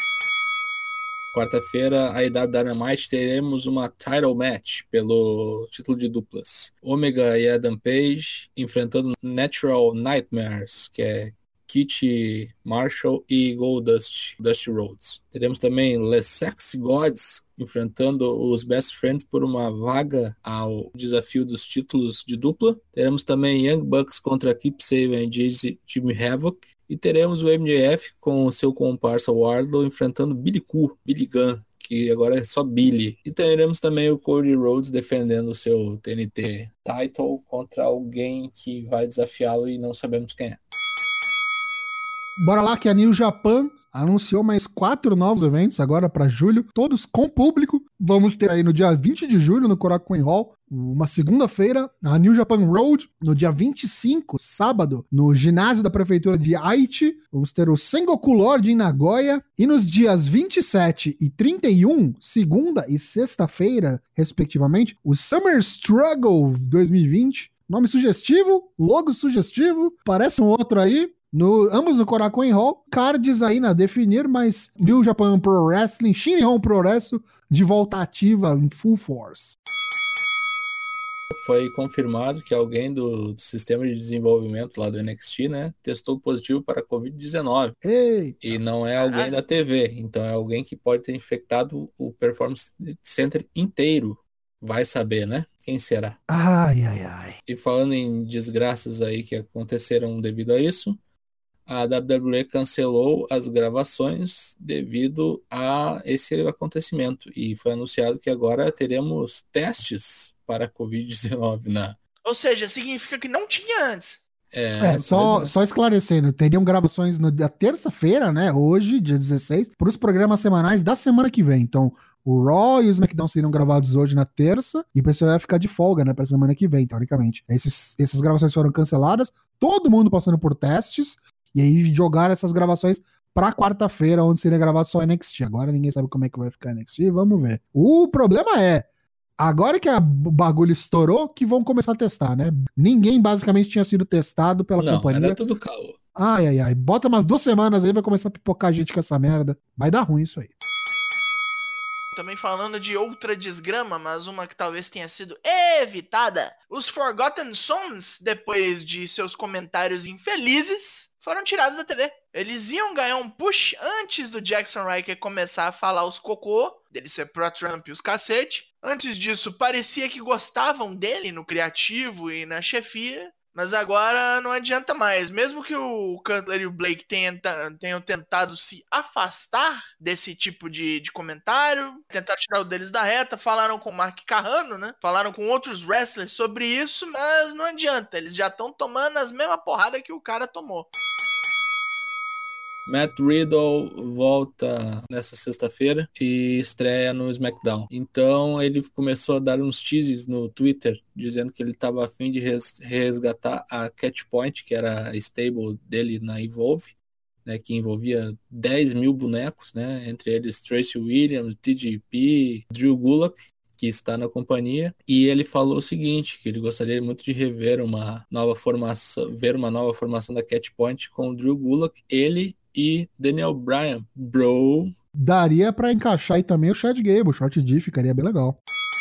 Quarta-feira, a I W Dynamite, teremos uma title match pelo título de duplas. Omega e Adam Page enfrentando Natural Nightmares, que é Kit Marshall e Goldust, Dusty Rhodes. Teremos também Les Sexy Gods enfrentando os Best Friends por uma vaga ao desafio dos títulos de dupla. Teremos também Young Bucks contra Keep Saban e Jimmy Havoc. E teremos o M J F com o seu comparsa Wardlow enfrentando Billy Koo, Billy Gunn, que agora é só Billy. E teremos também o Cody Rhodes defendendo o seu T N T title contra alguém que vai desafiá-lo e não sabemos quem é. Bora lá que a New Japan anunciou mais quatro novos eventos agora para julho, todos com público. Vamos ter aí no dia vinte de julho no Korakuen Hall, uma segunda-feira, a New Japan Road. No dia vinte e cinco, sábado, no ginásio da prefeitura de Aichi, vamos ter o Sengoku Lord em Nagoya. E nos dias vinte e sete e trinta e um, segunda e sexta-feira, respectivamente, o Summer Struggle dois mil e vinte. Nome sugestivo, logo sugestivo, parece um outro aí. No, ambos no Korakuen Hall, cards aí na definir, mas New Japan Pro Wrestling, Shinihon Pro Wrestling de volta ativa em full force. Foi confirmado que alguém do, do sistema de desenvolvimento lá do N X T, né, testou positivo para a covid dezenove. Eita. E não é alguém da T V, então é alguém que pode ter infectado o Performance Center inteiro. Vai saber, né? Quem será? Ai, ai, ai. E falando em desgraças aí que aconteceram devido a isso, a W W E cancelou as gravações devido a esse acontecimento. E foi anunciado que agora teremos testes para a covid dezenove na... Ou seja, significa que não tinha antes. É, É, só, pois é. só esclarecendo, teriam gravações na terça-feira, né? Hoje, dia dezesseis, para os programas semanais da semana que vem. Então, o Raw e os SmackDown seriam gravados hoje na terça, e o pessoal ia ficar de folga, né, pra semana que vem, teoricamente. Esses, essas gravações foram canceladas, todo mundo passando por testes, e aí jogaram essas gravações pra quarta-feira, onde seria gravado só N X T. Agora ninguém sabe como é que vai ficar N X T, vamos ver. O problema é, agora que a- o bagulho estourou, que vão começar a testar, né? Ninguém basicamente tinha sido testado pela Não, companhia. era tudo caô. Ai, ai, ai. Bota umas duas semanas aí, vai começar a pipocar gente com essa merda. Vai dar ruim isso aí. Também falando de outra desgrama, mas uma que talvez tenha sido evitada. Os Forgotten Sons, depois de seus comentários infelizes, foram tirados da T V. Eles iam ganhar um push antes do Jackson Riker começar a falar os cocô, dele ser pro-Trump e os cacete. Antes disso, parecia que gostavam dele no criativo e na chefia. Mas agora não adianta mais. Mesmo que o Cutler e o Blake tenham, tenham tentado se afastar desse tipo de, de comentário, tentaram tirar o deles da reta, falaram com o Mark Carrano, né? Falaram com outros wrestlers sobre isso, mas não adianta. Eles já estão tomando as mesmas porradas que o cara tomou. Matt Riddle volta nessa sexta-feira e estreia no SmackDown. Então ele começou a dar uns teases no Twitter, dizendo que ele estava a fim de res- resgatar a Catchpoint, que era a stable dele na Evolve, né, que envolvia dez mil bonecos, né, entre eles Tracy Williams, T J P, Drew Gulak, que está na companhia, e ele falou o seguinte, que ele gostaria muito de rever uma nova formação, ver uma nova formação da Catchpoint com o Drew Gulak, ele e Daniel Bryan, bro. Daria pra encaixar aí também o Chad Gable, o Short D, ficaria bem legal.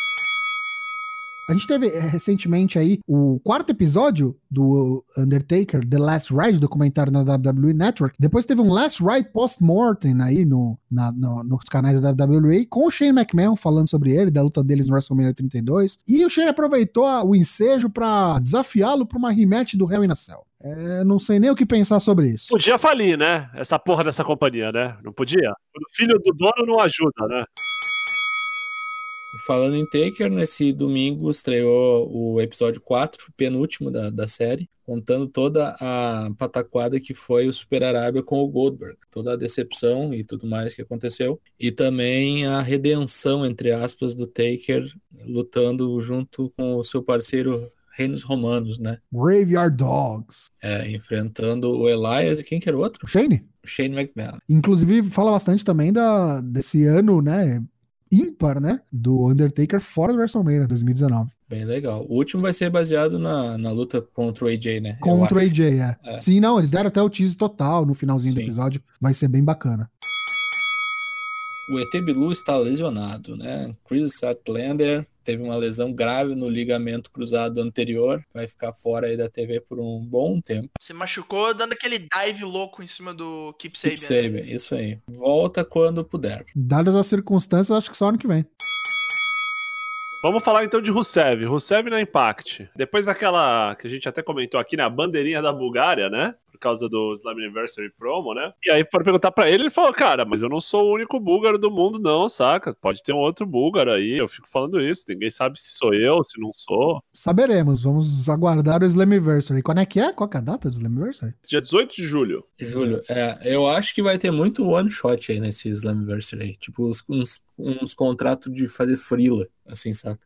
A gente teve é, recentemente aí o quarto episódio do Undertaker, The Last Ride, documentário na W W E Network. Depois teve um Last Ride Post-Mortem aí no, na, no, nos canais da W W E, com o Shane McMahon falando sobre ele, da luta deles no WrestleMania trinta e dois. E o Shane aproveitou o ensejo pra desafiá-lo pra uma rematch do Hell in a Cell. É, não sei nem o que pensar sobre isso. Podia falir, né? Essa porra dessa companhia, né? Não podia? O filho do dono não ajuda, né? Falando em Taker, nesse domingo estreou o episódio quatro, penúltimo da, da série, contando toda a pataquada que foi o Super Arábia com o Goldberg, toda a decepção e tudo mais que aconteceu, e também a redenção, entre aspas, do Taker lutando junto com o seu parceiro Reinos Romanos, né? Graveyard Dogs. É, enfrentando o Elias e quem que era o outro? O Shane? Shane McMahon. Inclusive, fala bastante também da, desse ano, né, ímpar, né, do Undertaker fora do WrestleMania, dois mil e dezenove. Bem legal. O último vai ser baseado na, na luta contra o A J, né? Contra o Eu A acho. J, é. É. Sim, não, eles deram até o tease total no finalzinho do Sim. episódio. Vai ser bem bacana. O E T Bilu está lesionado, né? Chris Statlander teve uma lesão grave no ligamento cruzado anterior, vai ficar fora aí da T V por um bom tempo. Se machucou dando aquele dive louco em cima do Keep Sabian. Keep Sabian, isso aí. Volta quando puder. Dadas as circunstâncias, acho que só ano que vem. Vamos falar então de Rusev. Rusev na Impact. Depois daquela que a gente até comentou aqui, na bandeirinha da Bulgária, né? Por causa do Slammiversary Promo, né? E aí foram perguntar pra ele, ele falou, cara, mas eu não sou o único búlgaro do mundo não, saca? Pode ter um outro búlgaro aí, eu fico falando isso. Ninguém sabe se sou eu, se não sou. Saberemos, vamos aguardar o Slammiversary. Quando é que é? Qual que é a data do Slammiversary? Dia dezoito de julho. Júlio, é, eu acho que vai ter muito one shot aí nesse Slammiversary aí. Tipo, uns, uns, uns contratos de fazer frila, assim, saca?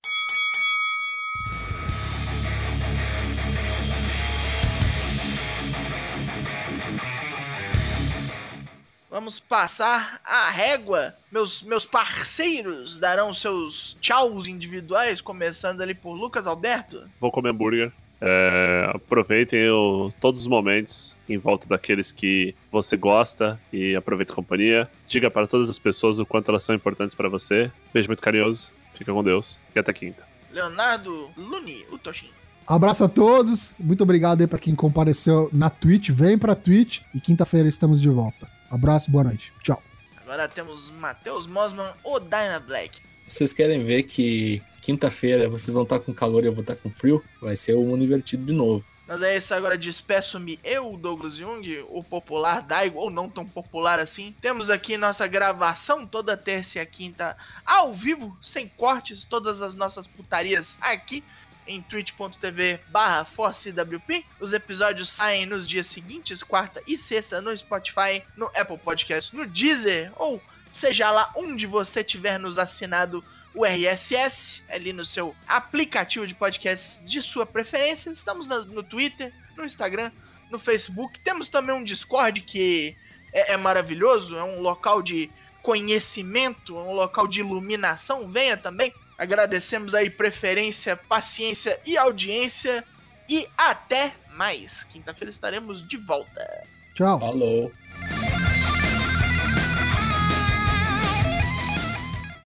Vamos passar a régua. Meus, meus parceiros darão seus tchauz individuais, começando ali por Lucas Alberto. Vou comer hambúrguer. É, aproveitem o, todos os momentos em volta daqueles que você gosta e aproveita a companhia. Diga para todas as pessoas o quanto elas são importantes para você. Beijo muito carinhoso. Fica com Deus. E até quinta. Leonardo Luni, o Toshin. Abraço a todos, muito obrigado aí pra quem compareceu na Twitch. Vem pra Twitch e quinta-feira estamos de volta. Abraço, boa noite. Tchau. Agora temos Matheus Mosman, o Dyna Black. Vocês querem ver que quinta-feira vocês vão estar com calor e eu vou estar com frio? Vai ser o mundo invertido de novo. Mas é isso, agora despeço-me eu, Douglas Jung, o popular Daigo, ou não tão popular assim. Temos aqui nossa gravação toda terça e a quinta ao vivo, sem cortes, todas as nossas putarias aqui. em twitch.tv barra ForceWP. Os episódios saem nos dias seguintes, quarta e sexta, no Spotify, no Apple Podcast, no Deezer, ou seja lá onde você tiver nos assinado o R S S, ali no seu aplicativo de podcast de sua preferência. Estamos no Twitter, no Instagram, no Facebook. Temos também um Discord que é, é maravilhoso, é um local de conhecimento, um local de iluminação. Venha também. Agradecemos aí preferência, paciência e audiência. E até mais. Quinta-feira estaremos de volta. Tchau. Falou.